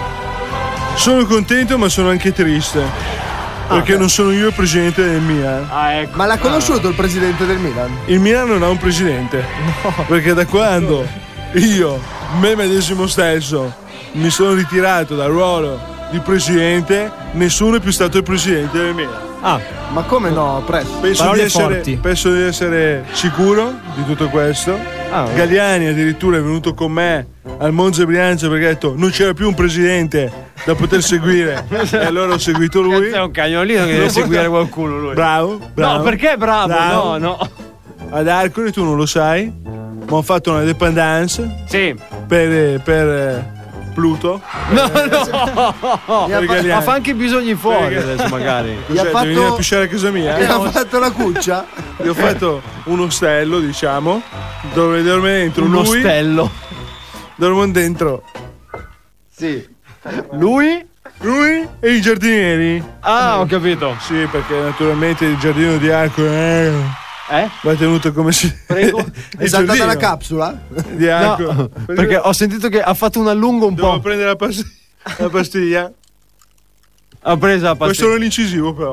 Sono contento, ma sono anche triste. Perché non sono io il presidente del Milan. Ecco. Ma l'ha conosciuto il presidente del Milan? Il Milan non ha un presidente. No. Perché da quando io, me medesimo stesso, mi sono ritirato dal ruolo di presidente, nessuno è più stato il presidente del Milan. Ma come no, Press? Penso di essere sicuro di tutto questo. Galliani addirittura è venuto con me al Monza e Brianza perché ha detto non c'era più un presidente da poter seguire e allora ho seguito lui. È un cagnolino che deve seguire qualcuno lui. Bravo. No, perché è bravo? No. Ad Arcole tu non lo sai, ma ho fatto una dépendance. Sì. Per Pluto. No. Ma fa anche i bisogni fuori adesso, magari. Gli ha Devi venire a pisciare a casa mia. Gli ha fatto la cuccia? Gli ho fatto un ostello, diciamo, dove dorme dentro un lui. ostello. Dormono dentro. Sì. Lui e i giardinieri. Ah, ho capito. Sì, perché naturalmente il giardino di Arco va tenuto come si. Prego. È saltata la capsula? Di Arco. No, perché ho sentito che ha fatto un allungo un Devo po'. prendere la pastiglia. Ha preso la Questo pastiglia. non l'incisivo, però.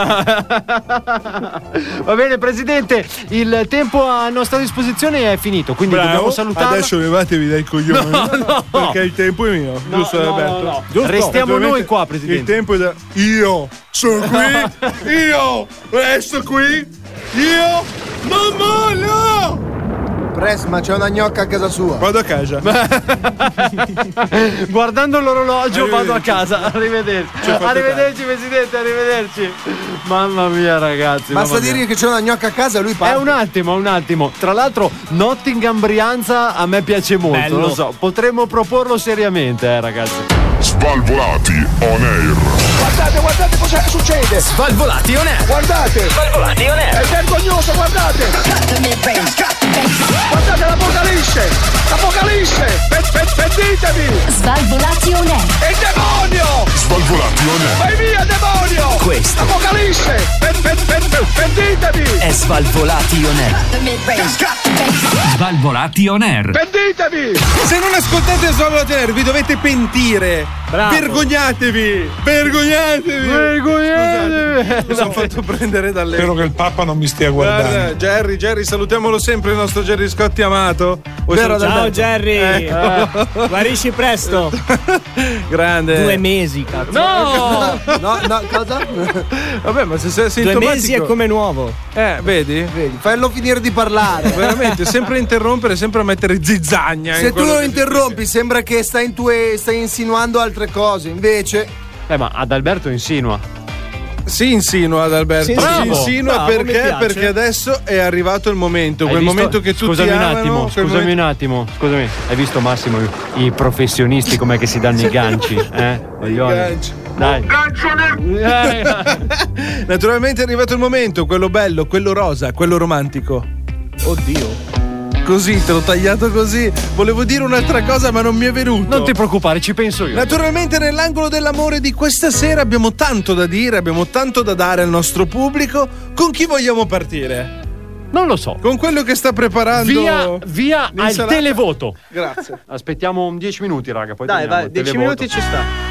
Va bene, Presidente, il tempo a nostra disposizione è finito, quindi dobbiamo salutarla. Adesso levatevi dai coglioni. No. Perché il tempo è mio, giusto, Alberto? no. Giusto? Restiamo Naturalmente noi qua, Presidente. Il tempo è da. Io sono qui. Io resto qui. Io. Mamma, no! Press, ma c'è una gnocca a casa sua. Vado a casa. Guardando l'orologio vado a casa. Arrivederci. Arrivederci, Presidente, arrivederci. Mamma mia, ragazzi. Basta dirgli che c'è una gnocca a casa e lui parte. Un attimo. Tra l'altro, Nottingham Brianza a me piace molto. Bello. Lo so. Potremmo proporlo seriamente, ragazzi. Svalvolati on air. Guardate cosa succede. Svalvolati on air. Guardate. Svalvolati on air. È vergognoso, guardate. Guardate l'apocalisse. Pentitevi. Svalvolati on air. È il demonio. Svalvolati on air. Vai via, demonio. Questo Apocalisse. Pentitevi. è Svalvolati on air. Svalvolati on air. Pentitevi. Se non ascoltate Svalvolati on air vi dovete pentire. Bravo. Vergognatevi. Vergognatevi. Mi sono fatto prendere dalle. Spero che il Papa non mi stia guardando. Guarda, Jerry, salutiamolo sempre il nostro Jerry Scotti amato. Ciao Jerry. Guarisci presto. Grande. 2 mesi, cazzo. No, cosa? Vabbè, ma se sei 2 sintomatico. mesi è come nuovo. Vedi? Fallo finire di parlare. Veramente, sempre a interrompere, sempre a mettere zizzagna. Se tu lo interrompi, sembra che stai insinuando altre cose. Invece. ma ad Alberto insinua. Si insinua ad Alberto. Sì, si insinua bravo, mi perché? piace. Perché adesso è arrivato il momento. Hai Quel visto? momento che tutti Scusami amano. un attimo. Scusami. Hai visto Massimo i professionisti com'è che si danno i ganci? Ganci. Dai. Naturalmente è arrivato il momento, quello bello, quello rosa, quello romantico. Oddio. Così, te l'ho tagliato così. Volevo dire un'altra cosa, ma non mi è venuto. Non ti preoccupare, ci penso io. Naturalmente nell'angolo dell'amore di questa sera abbiamo tanto da dire, abbiamo tanto da dare al nostro pubblico. Con chi vogliamo partire? Non lo so. Con quello che sta preparando Via al l'insalata? televoto. Grazie. Aspettiamo 10 minuti, raga. Poi Dai, torniamo vai, al 10 televoto. minuti ci sta.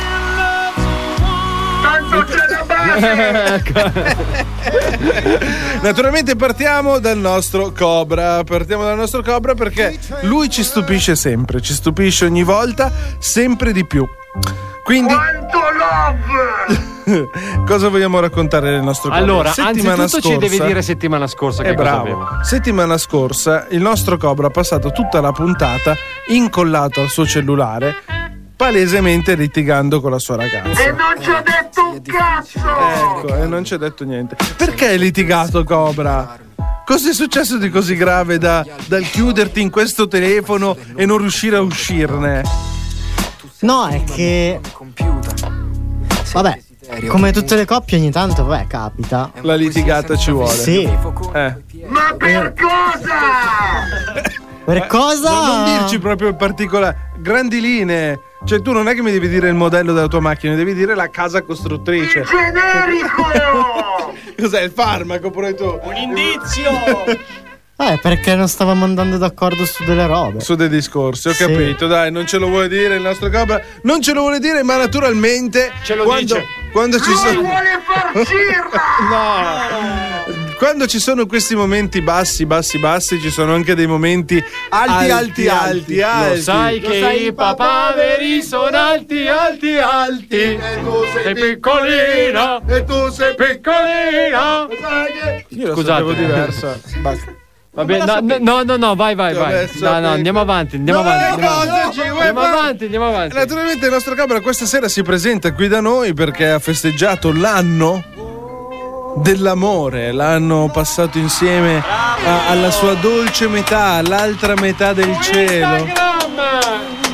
Tanto c'è la base. Naturalmente partiamo dal nostro Cobra. Perché lui ci stupisce sempre, ci stupisce ogni volta, sempre di più. Quindi Quanto love. cosa vogliamo raccontare del nostro Cobra? Allora, Settimana anzitutto scorsa, ci devi dire settimana scorsa che cosa bravo. aveva. Settimana scorsa il nostro Cobra ha passato tutta la puntata incollato al suo cellulare, palesemente litigando con la sua ragazza. E non ci ho detto un cazzo. Ecco, e non ci ha detto niente. Perché hai litigato, Cobra? Cosa è successo di così grave dal chiuderti in questo telefono e non riuscire a uscirne? No, è che. Vabbè, come tutte le coppie, ogni tanto, capita. La litigata ci vuole. Sì. Ma per cosa? Per cosa? Non dirci proprio in particolare. Grandi linee. Cioè, tu non è che mi devi dire il modello della tua macchina, devi dire la casa costruttrice. Generico. Cos'è il farmaco pure tu? Un indizio. Perché non stavamo andando d'accordo su delle robe. Su dei discorsi, ho Sì. capito, dai, non ce lo vuole dire il nostro Cobra, non ce lo vuole dire, ma naturalmente Ce lo quando, dice. quando ci Lui sono vuole farcirla. no. Quando ci sono questi momenti bassi, ci sono anche dei momenti alti. Lo sai che i papaveri sono alti. E tu sei piccolina. E tu sei piccolina. Io la Scusate. sapevo diversa. Basta. Vabbè, no, vai. Ti ho messo No, a te. andiamo avanti. Andiamo avanti. Naturalmente il nostro Cobra questa sera si presenta qui da noi perché ha festeggiato l'anno dell'amore, l'hanno passato insieme alla sua dolce metà, l'altra metà del cielo.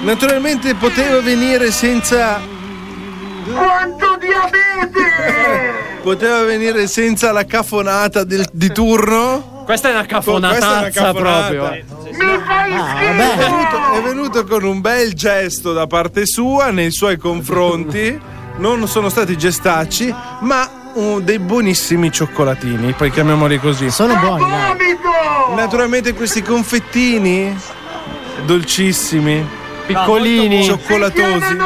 Naturalmente poteva venire senza. Quanto diabete! Poteva venire senza la cafonata di turno. Questa è una cafonatazza proprio. Mi fai schifo! È venuto con un bel gesto da parte sua nei suoi confronti. Non sono stati gestacci, ma dei buonissimi cioccolatini, poi chiamiamoli così. Sono buoni. Naturalmente questi confettini dolcissimi, piccolini, cioccolatosi,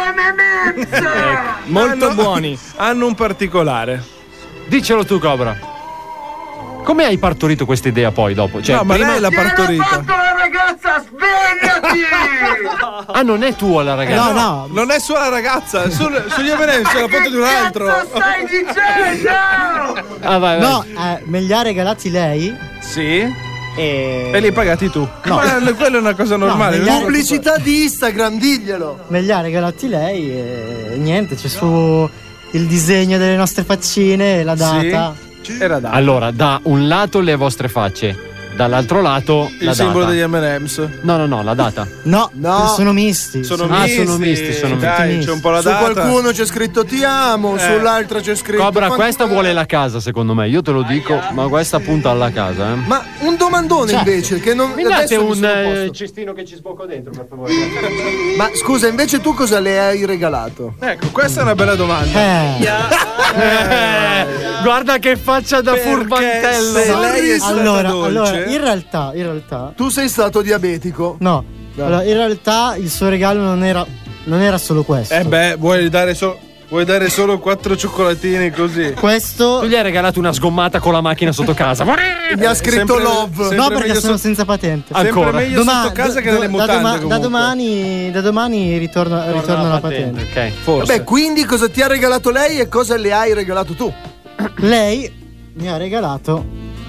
molto buoni. Hanno un particolare. Dicelo tu, Cobra. Come hai partorito questa idea poi dopo? Cioè, no, ma lei l'ha partorita. Fatto la ragazza, svegliati! Ah, non è tua la ragazza? No, non è sua la ragazza. Sugli M&M's c'è la foto di un altro. Cosa stai dicendo? Vai. No, me li ha regalati lei. Sì. E li hai pagati tu. No. Ma quella è una cosa normale. No, pubblicità di Instagram, diglielo. Me li ha regalati lei e niente, c'è su il disegno delle nostre faccine e la data. Sì. Era data. Allora, da un lato le vostre facce, dall'altro lato il simbolo degli M&M's. No, la data. No, sono misti. Sono misti. Dai, c'è un po' la data. Su qualcuno c'è scritto ti amo, sull'altro c'è scritto. Cobra, questa vuole la casa, secondo me. Io te lo dico, ma questa punta alla casa, Ma un domandone invece, che non. Mi date adesso un cestino che ci sbocco dentro, per favore. Ma scusa, invece tu cosa le hai regalato? Ecco, questa è una bella domanda. Guarda che faccia da furbantello. Se lei è stata dolce. Allora, in realtà tu sei stato diabetico? No. Allora, in realtà il suo regalo non era solo questo. Vuoi dare solo 4 cioccolatini così? Questo. Tu gli hai regalato una sgommata con la macchina sotto casa. Gli ha scritto love. No, perché sono senza patente. Ancora. Sempre meglio sotto casa che nelle mutande. Da domani ritorna la patente. Ok, forse. Vabbè, quindi cosa ti ha regalato lei e cosa le hai regalato tu? Lei mi ha regalato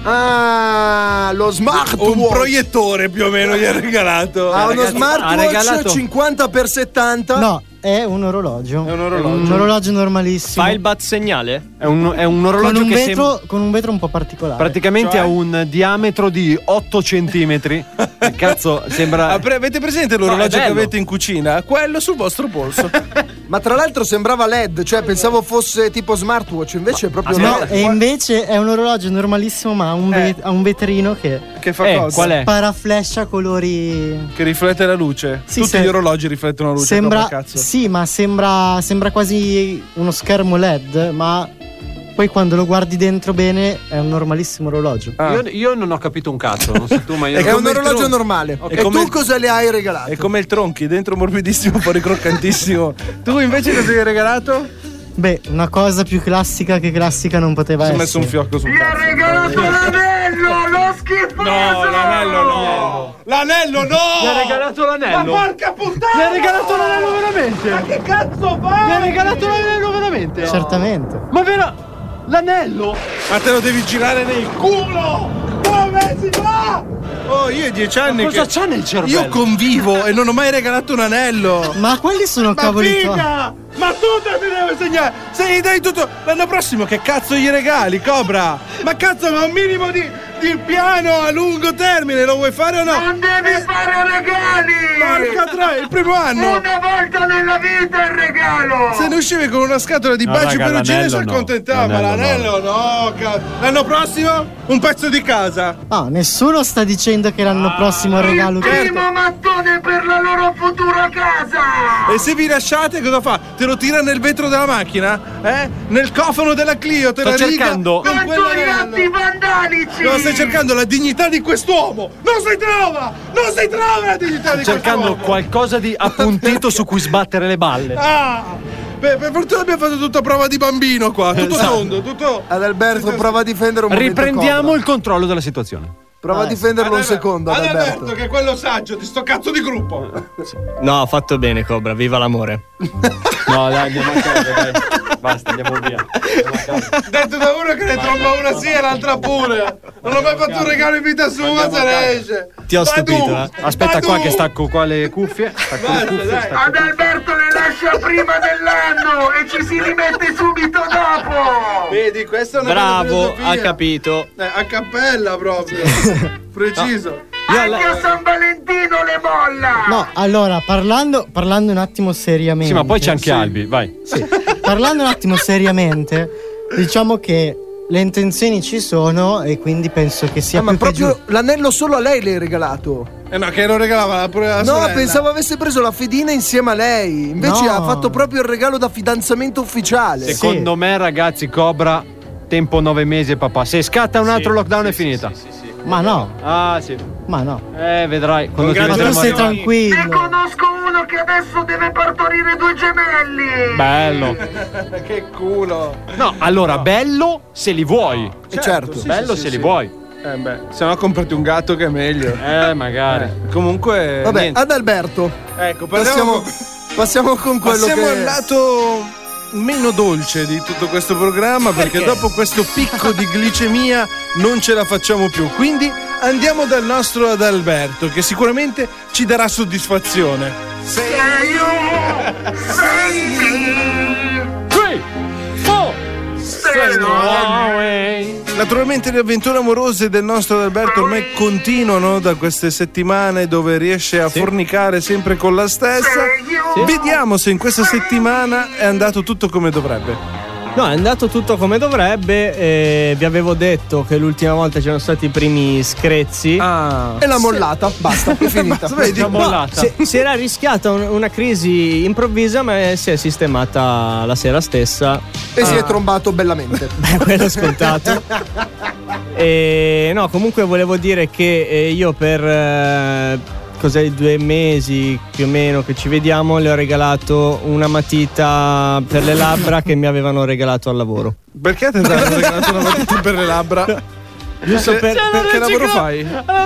lo smartwatch. Un proiettore più o meno gli ha regalato. Uno smartwatch 50x70. No, è un orologio. Un orologio normalissimo. Fa il bat segnale? È un orologio con un vetro un po' particolare. Praticamente ha un diametro di 8 centimetri. Cazzo, sembra. Avete presente l'orologio che avete in cucina? Quello sul vostro polso. Ma tra l'altro sembrava LED, cioè pensavo fosse tipo smartwatch, invece è proprio LED. E invece è un orologio normalissimo, ma ha un vetrino che fa cosa? Qual è? Paraflasha colori. Che riflette la luce. Sì, Tutti gli orologi riflettono la luce. Sembra, cazzo. sì, ma sembra quasi uno schermo LED, ma poi quando lo guardi dentro bene è un normalissimo orologio. Io non ho capito un cazzo, non so tu, ma io è un orologio normale. Okay. E tu cosa le hai regalato? È come il tronchi, dentro morbidissimo, fuori croccantissimo. Tu invece cosa hai regalato? Beh, una cosa più classica che classica non poteva essere. Si è messo un fiocco sul cazzo. Gli ha regalato l'anello, lo schifoso! No, l'anello no! L'anello no! Gli ha regalato l'anello! Ma porca puttana! Gli ha regalato l'anello veramente! Ma che cazzo fai? Gli ha regalato l'anello veramente? Certamente. Ma l'anello? Ma te lo devi girare nel culo! Come si fa? Oh, io ho 10 anni. Ma cosa c'ha nel cervello? Io convivo e non ho mai regalato un anello. Ma quelli sono cavoli tuoi. Ma tu te mi devi insegnare. Se gli dai tutto l'anno prossimo, che cazzo gli regali, Cobra? Ma cazzo, ma un minimo di piano a lungo termine lo vuoi fare o no? Non devi fare regali! Porca troia, il primo anno! Una volta nella vita il regalo! Se ne uscivi con una scatola di baci perugine si accontentava, ma l'anello no, l'anno prossimo un pezzo di casa. Ah, nessuno sta dicendo che l'anno prossimo il regalo. Il primo mattone per la loro futura casa! E se vi lasciate cosa fa? Te lo tira nel vetro della macchina? Nel cofano della Clio te la riga cercando con tuoi atti vandalici! No, stai cercando la dignità di quest'uomo! Non si trova la dignità di quest'uomo! Cercando qualcosa di appuntito su cui sbattere le balle. Per fortuna abbiamo fatto tutta prova di bambino qua, tutto tondo, tutto. Adalberto, prova a difendere un momento. Riprendiamo il controllo della situazione. Prova a difenderlo un secondo, Adalberto, che è quello saggio di sto cazzo di gruppo. No, ha fatto bene, Cobra, viva l'amore. No, dai, andiamo a casa, dai. Basta, andiamo via. Detto da uno che ne tromba una sì e l'altra pure. Non ho mai fatto un regalo in vita sua, se ne esce. Ti ho stupito, Aspetta qua che stacco qua le cuffie. Adalberto le lascia prima dell'anno e ci si rimette subito dopo. Vedi, questo è una bravo, ha capito. A cappella proprio. Preciso. Anche a San Valentino le molla. No, allora, parlando un attimo seriamente. Sì, ma poi c'è anche Albi, vai. Sì. Parlando un attimo seriamente, diciamo che le intenzioni ci sono e quindi penso che sia ma più che proprio l'anello solo a lei l'hai regalato. No, che lo regalava pure la No, sorella. pensavo avesse preso la fedina insieme a lei. Invece No. ha fatto proprio il regalo da fidanzamento ufficiale. Secondo me, ragazzi, Cobra, tempo 9 mesi e papà. Se scatta un altro lockdown è finita. Ma no. Ah, sì. Ma no. Vedrai. Quando ti Ma tu vedremo stai arrivare. tranquillo. Ne conosco uno che adesso deve partorire 2 gemelli. Bello. Che culo. No, allora, bello se li vuoi. Certo. Sì, Bello sì, se sì. li vuoi. Se no comprati un gatto che è meglio. Magari. Comunque. Vabbè, niente. ad Alberto. Ecco, passiamo con quello passiamo che al lato meno dolce di tutto questo programma, perché dopo questo picco di glicemia non ce la facciamo più. Quindi andiamo dal nostro Adalberto, che sicuramente ci darà soddisfazione. Sei io, sei me. 3, 4, Sei noi. Naturalmente le avventure amorose del nostro Adalberto ormai continuano da queste settimane, dove riesce a fornicare sempre con la stessa. Vediamo se in questa settimana è andato tutto come dovrebbe. No, è andato tutto come dovrebbe. Vi avevo detto che l'ultima volta c'erano stati i primi screzi. E l'ha mollata, basta, è finita. Si era rischiata una crisi improvvisa, ma si è sistemata la sera stessa. E si è trombato bellamente. Quello scontato. E no, comunque volevo dire che io per cos'è, 2 mesi più o meno che ci vediamo, le ho regalato una matita per le labbra che mi avevano regalato al lavoro. Perché ti hanno regalato una matita per le labbra? Giusto per che lavoro fai? Ha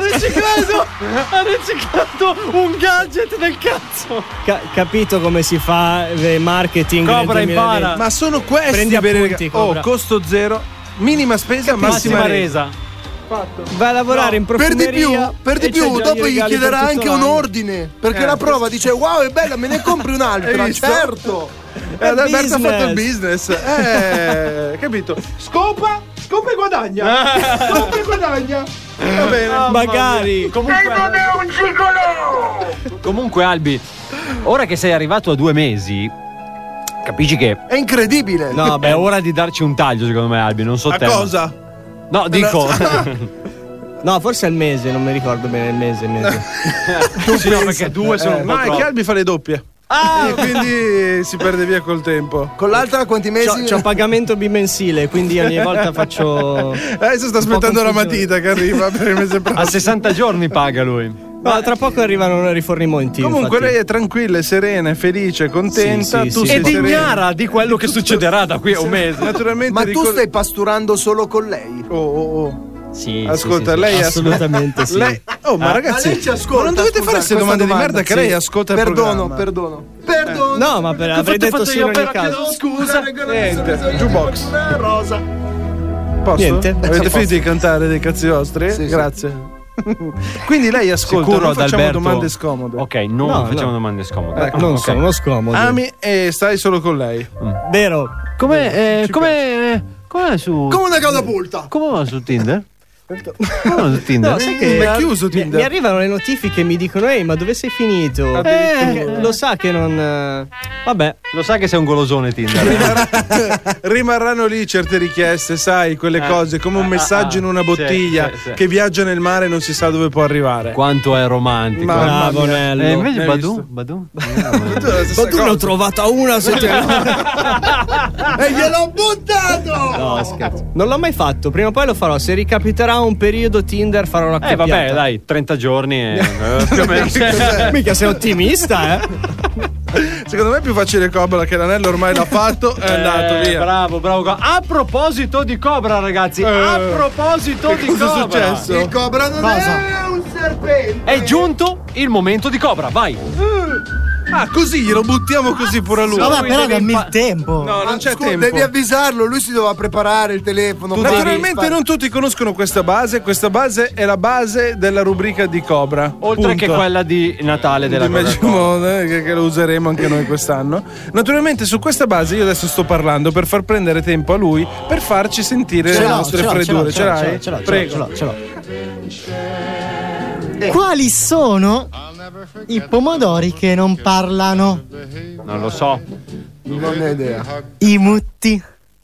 riciclato un gadget del cazzo. Capito come si fa marketing? Cobra nel 2020. impara. Ma sono questi Prendi per appunti, Cobra. costo zero, minima spesa, massima resa. Va a lavorare in profummeria. Per di più, dopo gli chiederà anche un ordine. Perché la prova dice: wow, è bella, me ne compri un'altra. Hai visto? Certo. Adalberto ha fatto il business. Capito? Scopa e guadagna. Scopa e guadagna. Va bene. Magari. E non è un gigolò. Comunque, Albi, ora che sei arrivato a 2 mesi, capisci che È incredibile. no, è ora di darci un taglio, secondo me, Albi. Non so A te. cosa? No, dico. No, forse è il mese, non mi ricordo bene il mese. Sì, no, perché 2 sono un po' No, è che troppo. Albi fa le doppie. E quindi si perde via col tempo. Con l'altra quanti mesi? C'ho pagamento bimensile, quindi ogni volta faccio. Adesso sta aspettando la matita che arriva per il mese prossimo. A 60 giorni paga lui. No, tra poco arrivano i rifornimenti. Comunque infatti. lei è tranquilla, è serena, è felice, contenta. Sì, tu sì, sei Ed serena. ignara di quello che succederà da qui a un mese. Naturalmente Ma tu stai pasturando solo con lei? Oh. Sì, Ascolta, sì, lei assolutamente sì. Lei... Oh, ma ragazzi, Ma lei ci ascolta, ma non dovete scusa, fare queste questa domande di domanda, merda che sì. lei ascolta il programma. Perdono. No, ma avrei detto sì in ogni caso. Scusa, niente. Jukebox. Rosa. Posso? Niente. Avete finito di cantare dei cazzi vostri? Sì, sì. Grazie. Quindi lei ascolta, Sicuro, non facciamo Adalberto? domande scomode. Ok, non No, facciamo no. domande scomode. Ecco, Non ok. sono scomodi. Ami e stai solo con lei. Vero. Come su. Come una catapulta. Come va su Tinder? Come va su Tinder? No, sai che è chiuso Tinder. mi arrivano le notifiche e mi dicono: ehi, ma dove sei finito? Lo sa che non. Vabbè. Lo sa che sei un golosone Tinder. Rimarranno lì certe richieste, sai, quelle cose come un messaggio in una bottiglia sì. che viaggia nel mare e non si sa dove può arrivare. Quanto è romantico. Mamma Bravo, mia. Nello. Invece Hai visto? Badu? Ma tu ne ho trovata una su te. E gliel'ho buttato! No, scherzo. Non l'ho mai fatto, prima o poi lo farò. Se ricapiterà un periodo Tinder farò una accoppiata. Vabbè, dai, 30 giorni e più o meno. Mica sei ottimista, Secondo me è più facile Cobra, che l'anello ormai l'ha fatto, è andato via. Bravo. A proposito di Cobra, ragazzi, a proposito di cosa è Cobra, successo? Il cobra non è un serpente. è giunto il momento di Cobra, vai. Ah, così glielo buttiamo così pure a lui. Vabbè, lui però deve dammi impa- il tempo. No, non c'è Scusa, tempo. devi avvisarlo, lui si doveva preparare il telefono. Naturalmente non tutti conoscono questa base è la base della rubrica di Cobra. Oltre Punto. che quella di Natale della Di Magic Coca-Cola. Mode, che lo useremo anche noi quest'anno. Naturalmente su questa base io adesso sto parlando per far prendere tempo a lui per farci sentire le nostre freddure. Ce l'hai? Prego. Quali sono I pomodori che non parlano. Non lo so. Non ho idea. I mutti.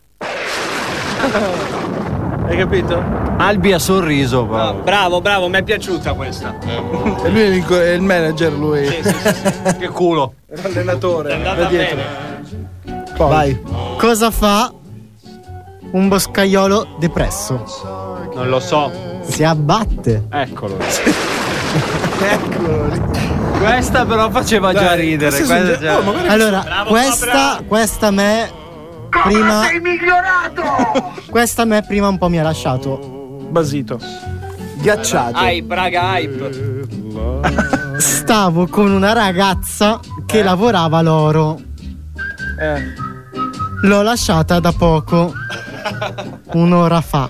Hai capito? Albi a sorriso. Bravo, mi è piaciuta questa. E lui è il manager, lui. Sì. Che culo. L'allenatore. È andata bene. Vai. Cosa fa un boscaiolo depresso? Non lo so. Si abbatte. Eccolo. Eccolo lì. Questa però faceva già ridere. Allora, Bravo, questa a me prima. Sei migliorato! Questa a me prima un po' mi ha lasciato basito. Ghiacciato. Hype, raga, hype. Stavo con una ragazza che lavorava l'oro. L'ho lasciata da poco. Un'ora fa.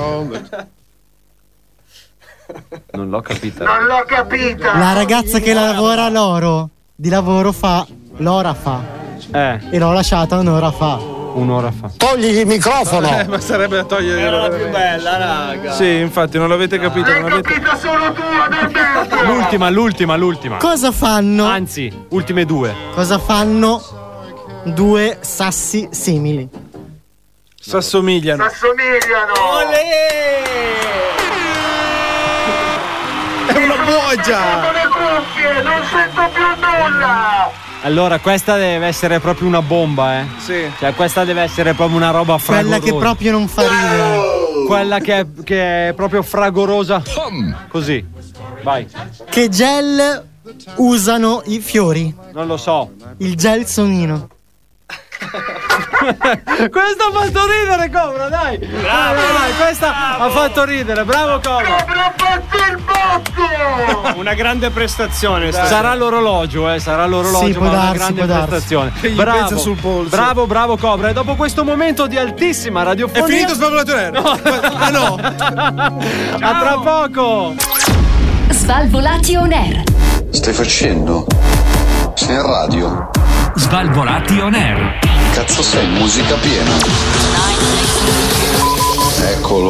Non l'ho capita. Non l'ho capita! La ragazza che lavora l'oro di lavoro fa l'ora fa. E l'ho lasciata un'ora fa. Un'ora fa. Togli il microfono! Ma sarebbe da togliere. Era la più bella, raga. Sì, infatti, non l'avete capito. L'hai capita solo tu, Adalberto! L'ultima. Cosa fanno? Anzi, ultime due. Cosa fanno due sassi simili? S'assomigliano. È una buoggia! Sono le cuffie, non sento più nulla! Allora, questa deve essere proprio una bomba, eh? Sì. Cioè, questa deve essere proprio una roba fragorosa. Quella che proprio non fa ridere. Quella che è proprio fragorosa. Così. Vai. Che gel usano i fiori? Non lo so. Il gelsomino. Questa ha fatto ridere, Cobra, dai. Bravo. Dai, questa ha fatto ridere. Bravo, Cobra. Cobra, fatto il botto! Una grande prestazione. Sarà l'orologio, sarà l'orologio, Sì, può ma una darsi, grande può darsi. prestazione. Che gli pensa sul polso. Bravo, Cobra. E dopo questo momento di altissima radiofonia. È finito Svalvolatore? No. Ah, no. A tra poco. Svalvolati on air. Stai facendo? Sei in radio? Svalvolati on air. Cazzo sei, musica piena. Eccolo.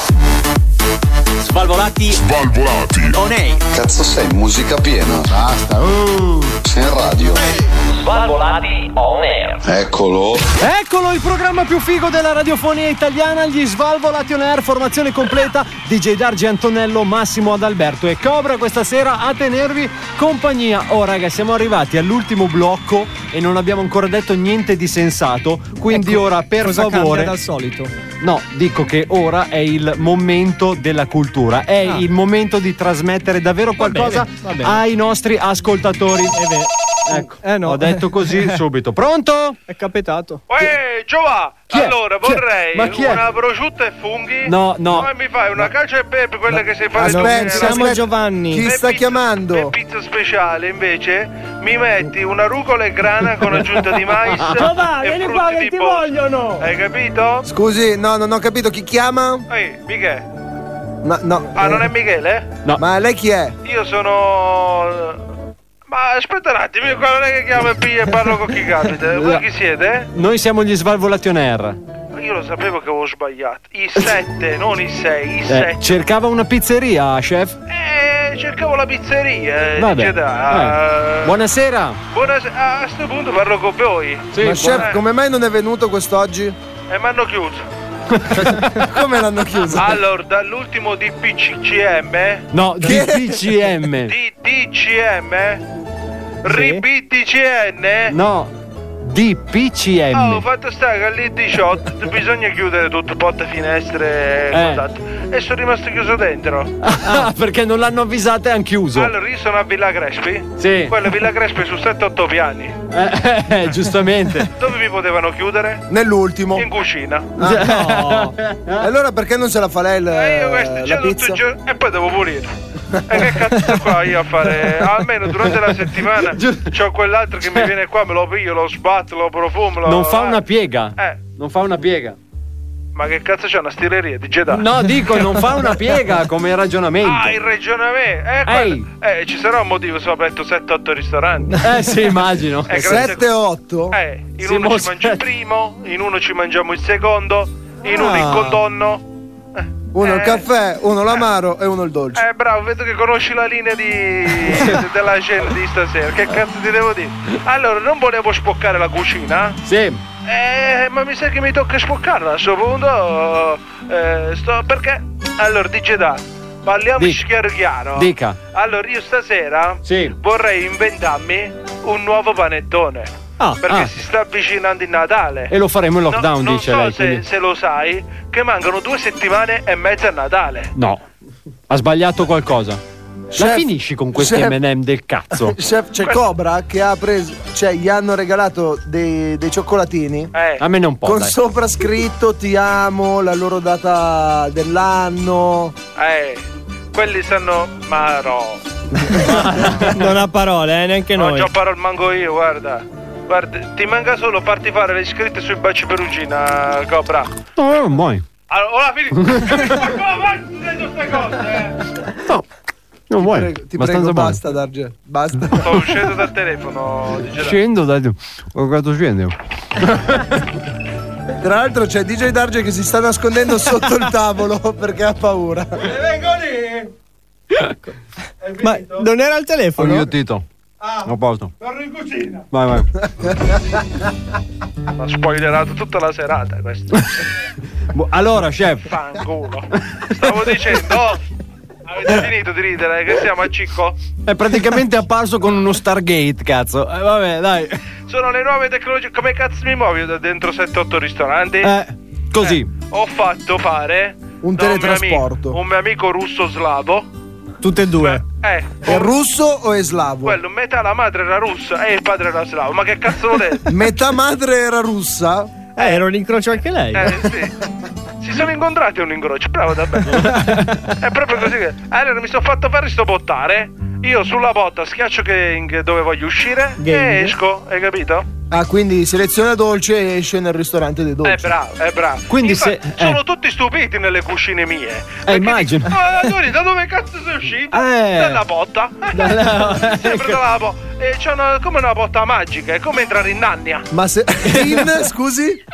Svalvolati on air. Cazzo sei, musica piena. Basta. Sei in radio. Svalvolati on air. Eccolo. Eccolo il programma più figo della radiofonia italiana, gli Svalvolati on air, formazione completa, DJ Dargi, Antonello, Massimo, Adalberto e Cobra questa sera a tenervi compagnia. Oh raga, siamo arrivati all'ultimo blocco e non abbiamo ancora detto niente di sensato, quindi ecco, ora per cosa favore cambia dal solito? No, dico che ora è il momento della cultura, è il momento di trasmettere davvero qualcosa va bene. ai nostri ascoltatori. Ecco, no. ho detto così subito. Pronto? È capitato. Giova! Chi è? Allora, Chi è? vorrei Ma chi è? una prosciutta e funghi. No. Poi mi fai una cacio e pepe, quella che si fa Siamo Giovanni. Chi sta chiamando? E pizza speciale, invece, mi metti una rucola e grana con aggiunta di mais. Giovanni, e vieni qua frutti che di ti bosco. vogliono. Hai capito? Scusi, no, non ho capito chi chiama. Ehi, Michele. No. Ah, non è Michele? No. Ma lei chi è? Io sono... Ma aspetta un attimo, io qua non è che chiamo e piglio e parlo con chi capita. Voi chi siete? Noi siamo gli Svalvolati on air. Io lo sapevo che avevo sbagliato. I 7, non i 6, i 7. Cercava una pizzeria, chef? Cercavo la pizzeria. Vabbè. Buonasera. Buonasera. A sto punto parlo con voi. Sì, Ma chef, come mai non è venuto quest'oggi? E mi hanno chiuso. Come l'hanno chiuso? Allora, dall'ultimo DPCM. No, DPCM. DCM? RBDCN? No, DPCM. Oh, fatto sta che alle 18 bisogna chiudere tutto, porte, finestre e quant'altro. E sono rimasto chiuso dentro. Ah, perché non l'hanno avvisato e hanno chiuso. Allora, io sono a Villa Crespi. Sì. Quella Villa Crespi su 7-8 piani. Giustamente. Dove mi potevano chiudere? Nell'ultimo. In cucina. No. Allora perché non se la fa lei Io questo la c'è tutto pizza? il giorno e poi devo pulire. E che cazzo sto qua io a fare? Almeno durante la settimana c'ho quell'altro che mi viene qua, me lo piglio, lo sbatto, lo profumo. Non fa una piega. Non fa una piega. Ma che cazzo c'è, una stileria di Jeddah? No, dico, non fa una piega come ragionamento. Ah, il ragionamento. Ci sarà un motivo se ho aperto 7-8 ristoranti. Sì, immagino. 7 o 8? In uno ci mangia il primo, in uno ci mangiamo il secondo, in uno il contorno. Uno il caffè, uno l'amaro e uno il dolce. Bravo, vedo che conosci la linea della scena di stasera. Che cazzo ti devo dire? Allora, non volevo spoccare la cucina? Sì. Ma mi sa che mi tocca spoccarla a questo punto. Perché? Allora, dice parliamo chiaro. Dica. Allora, io stasera vorrei inventarmi un nuovo panettone. Perché si sta avvicinando il Natale. E lo faremo in lockdown, dice lei. Non so se lo sai, che mancano 2 settimane e mezza a Natale. No, ha sbagliato qualcosa. Chef, la finisci con questi chef, M&M del cazzo. Chef, c'è Cobra che ha preso, cioè gli hanno regalato dei cioccolatini. A me non può. Con sopra scritto ti amo, la loro data dell'anno. Quelli sanno Maro. Non ha parole, neanche noi. Non ho già parole manco io, guarda. Guarda, ti manca solo farti fare le scritte sui baci perugina, Cobra. No, non vuoi. Allora, queste cose, No, non vuoi. Ti prego, basta, Darge. Basta. Sto uscendo dal telefono. Scendo, dai. Ho guardato scendo. Tra l'altro c'è DJ Darge che si sta nascondendo sotto il tavolo perché ha paura. Vengo lì. Ma non era al telefono? Io Tito. A posto. Torno in cucina. Vai. Ha spoilerato tutta la serata questo. Allora, chef. Fanculo. Stavo dicendo. Avete finito di ridere? Che siamo a Cicco? È praticamente apparso con uno Stargate, cazzo. Vabbè, dai. Sono le nuove tecnologie. Come cazzo mi muovi da dentro 7-8 ristoranti? Così. Ho fatto fare un teletrasporto. Un mio amico russo slavo. Tutte e due. È russo o è slavo? Quello, metà la madre era russa e il padre era slavo. Ma che cazzo volete? Metà madre era russa? Era un incrocio anche lei. Sì. Si sono incontrati a un incrocio. Bravo, davvero. È proprio così che. Allora mi sono fatto fare sto bottare. Io sulla botta schiaccio dove voglio uscire e esco, hai capito? Ah, quindi seleziona dolce e esce nel ristorante dei dolci. È bravo. Quindi infatti, sono tutti stupiti nelle cucine mie. Immagino. Da dove cazzo sei uscito? Dalla botta. Sempre dalla botta. C'è come una botta magica, è come entrare in Narnia. Ma se. Scusi?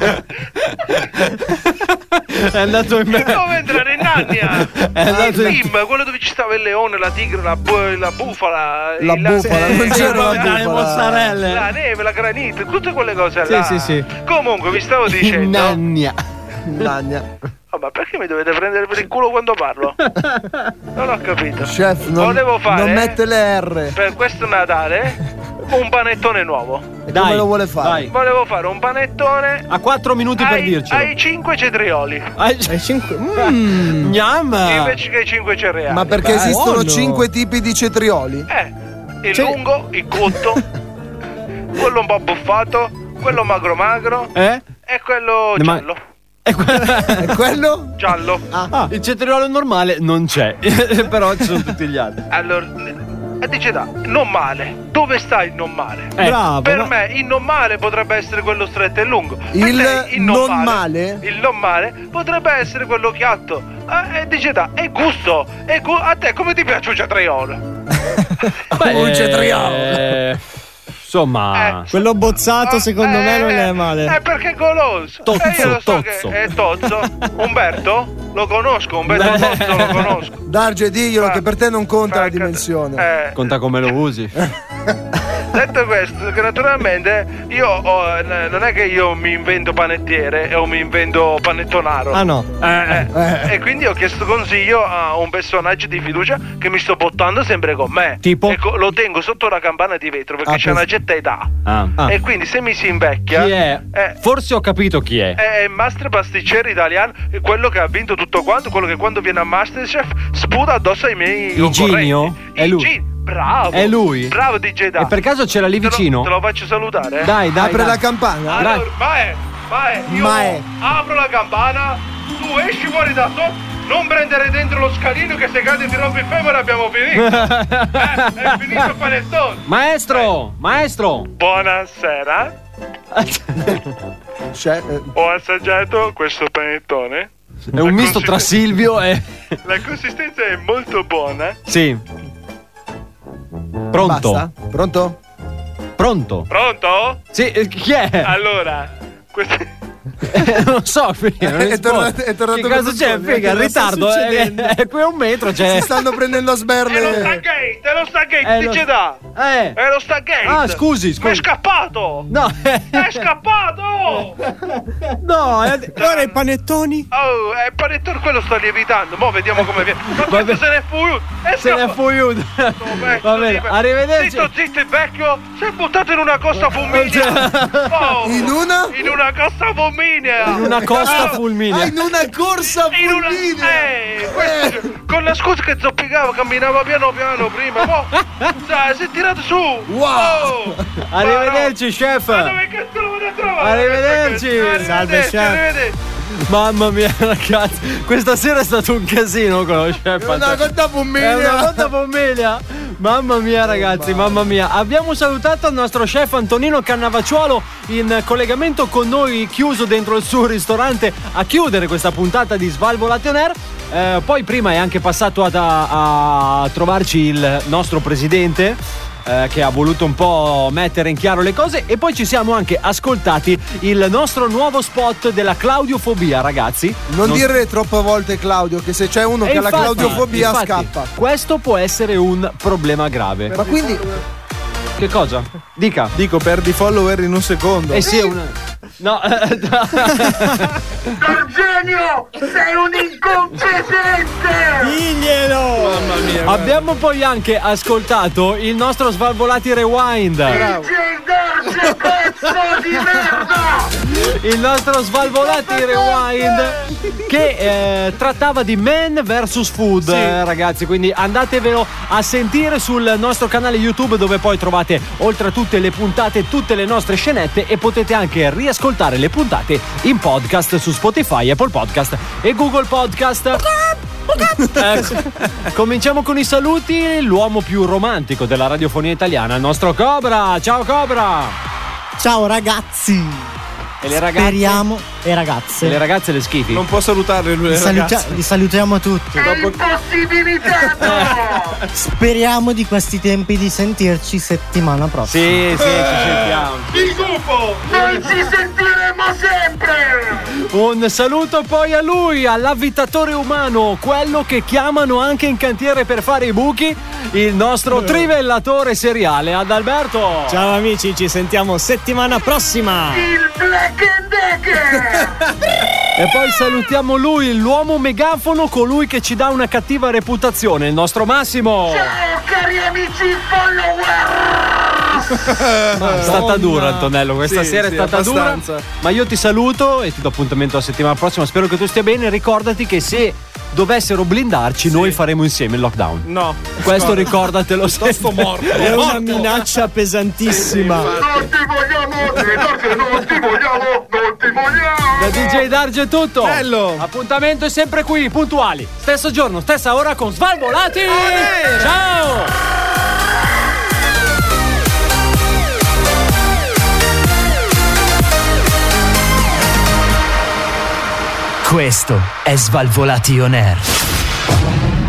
È andato in come entrare in Narnia. È andato il film, quello dove ci stava il leone, la tigre, la bufala. La bufala, non c'era le mozzarelle. La neve, la granite, tutte quelle cose là. Sì. Comunque vi stavo dicendo. Narnia. Ma perché mi dovete prendere per il culo quando parlo? Non ho capito. Chef, volevo fare non mette le R. Per questo Natale un panettone nuovo. E come lo vuole fare? Vai. Volevo fare un panettone. A 4 minuti per dircelo. Ai 5 cetrioli. Ai 5. Invece che ai 5 cereali. Ma perché esistono 5 tipi di cetrioli? Il lungo, il cotto, quello un po' buffato, quello magro e quello giallo. E quello? Giallo. Il cetriolo normale non c'è. Però ci sono tutti gli altri. Allora, dice non male. Dove sta il non male? Bravo. Per me il non male potrebbe essere quello stretto e lungo. Il non male? Il non male potrebbe essere quello chiatto. Dice è gusto. A te come ti piace un cetriolo? Un cetriolo. Insomma, quello bozzato secondo me non è male. È perché è goloso. Io lo so che è tozzo. Umberto? Lo conosco, Umberto Tozzo lo conosco. Darge, diglielo che per te non conta la dimensione. Conta come lo usi. Detto questo, che naturalmente io non è che io mi invento panettiere o mi invento panettonaro. Ah no. E quindi ho chiesto consiglio a un personaggio di fiducia che mi sto portando sempre con me. Tipo? Ecco, lo tengo sotto la campana di vetro perché c'è una certa età. E quindi se mi si invecchia. Chi è? Forse ho capito chi è. È il master pasticcere italiano, quello che ha vinto tutto quanto, quello che quando viene a Masterchef sputa addosso ai miei concorrenti. Iginio? È lui. Bravo. È lui? Bravo DJ Da. E per caso c'era lì vicino? Te lo faccio salutare. Dai. Apre la campana. Allora, io apro la campana, tu esci fuori da sotto, non prendere dentro lo scalino che se cade ti rompi il femore abbiamo finito. È finito il panettone. Maestro. Buonasera. Ho assaggiato questo panettone. È un misto tra Silvio e... La consistenza è molto buona. Sì. Pronto? Basta? Pronto? Pronto? Sì, chi è? Allora, Non so, è tornato che caso c'è? Figa, il ritardo è qui a un metro. Cioè. Si stanno prendendo a sberle. È lo Stargate, dice da. È lo Stargate. Ah, scusi. Ma è scappato. No. È scappato. No, ora i panettoni. Oh, il panettone quello sta lievitando. Mo' vediamo come viene. Ma questo se ne fu. Se ne fu. Va bene, arrivederci. Zitto, il vecchio si è buttato in una costa fulminea. Oh, in una costa fulminea. In una costa fulminea. In una corsa fulminea. Questo, con la scusa che zoppicava, camminava piano piano prima. Mo' si è tirato su. Wow. Arrivederci, chef. Ma dove cazzo lo vado a trovare? Arrivederci. Salve, chef. Mamma mia, ragazzi, questa sera è stato un casino con lo chef. È una cotta famiglia. Mamma mia, ragazzi, mamma mia. Abbiamo salutato il nostro chef Antonino Cannavacciuolo in collegamento con noi, chiuso dentro il suo ristorante a chiudere questa puntata di Svalvolati on Air. Poi prima è anche passato a trovarci il nostro presidente, che ha voluto un po' mettere in chiaro le cose, e poi ci siamo anche ascoltati il nostro nuovo spot della claudiofobia, ragazzi. Non dire troppe volte Claudio, che se c'è uno che ha la claudiofobia scappa. Questo può essere un problema grave. Ma quindi che cosa? Dica. Dico, perdi follower in un secondo. Sì, è una... No. Argenio, sei un incompetente! Diglielo! Mamma mia. Abbiamo poi anche ascoltato il nostro Svalvolati Rewind. Darge, pezzo di merda! Il nostro Svalvolati Rewind che trattava di Man vs Food, ragazzi, quindi andatevelo a sentire sul nostro canale YouTube, dove poi trovate oltre a tutte le puntate tutte le nostre scenette, e potete anche riascoltare le puntate in podcast su Spotify, Apple Podcast e Google Podcast. Cominciamo con i saluti. L'uomo più romantico della radiofonia italiana, il nostro Cobra. Ciao Cobra. Ciao ragazzi. E le ragazze? Speriamo. E ragazze. E le ragazze le schifi? Non può salutarle lui. Li salutiamo tutti. È impossibilitato! Speriamo di questi tempi di sentirci settimana prossima. Sì, ci sentiamo. Il gufo! Noi ci sentiremo sempre! Un saluto poi a lui, all'avvitatore umano, quello che chiamano anche in cantiere per fare i buchi, il nostro trivellatore seriale, Adalberto. Ciao amici, ci sentiamo settimana prossima. Il Black and Decker! E poi salutiamo lui, l'uomo megafono, colui che ci dà una cattiva reputazione, il nostro Massimo. Ciao cari amici follower! È stata dura, Antonello, questa sera è stata abbastanza dura, ma io ti saluto e ti do appuntamento la settimana prossima. Spero che tu stia bene. Ricordati che se dovessero blindarci, noi faremo insieme il lockdown. No, questo ricordatelo sempre. Morto. È una minaccia pesantissima. Non ti vogliamo, Darge, non ti vogliamo, non ti vogliamo! Da DJ Darge è tutto. Bello. Appuntamento è sempre qui, puntuali. Stesso giorno, stessa ora con Svalvolati. Ciao. Questo è Svalvolati on Air.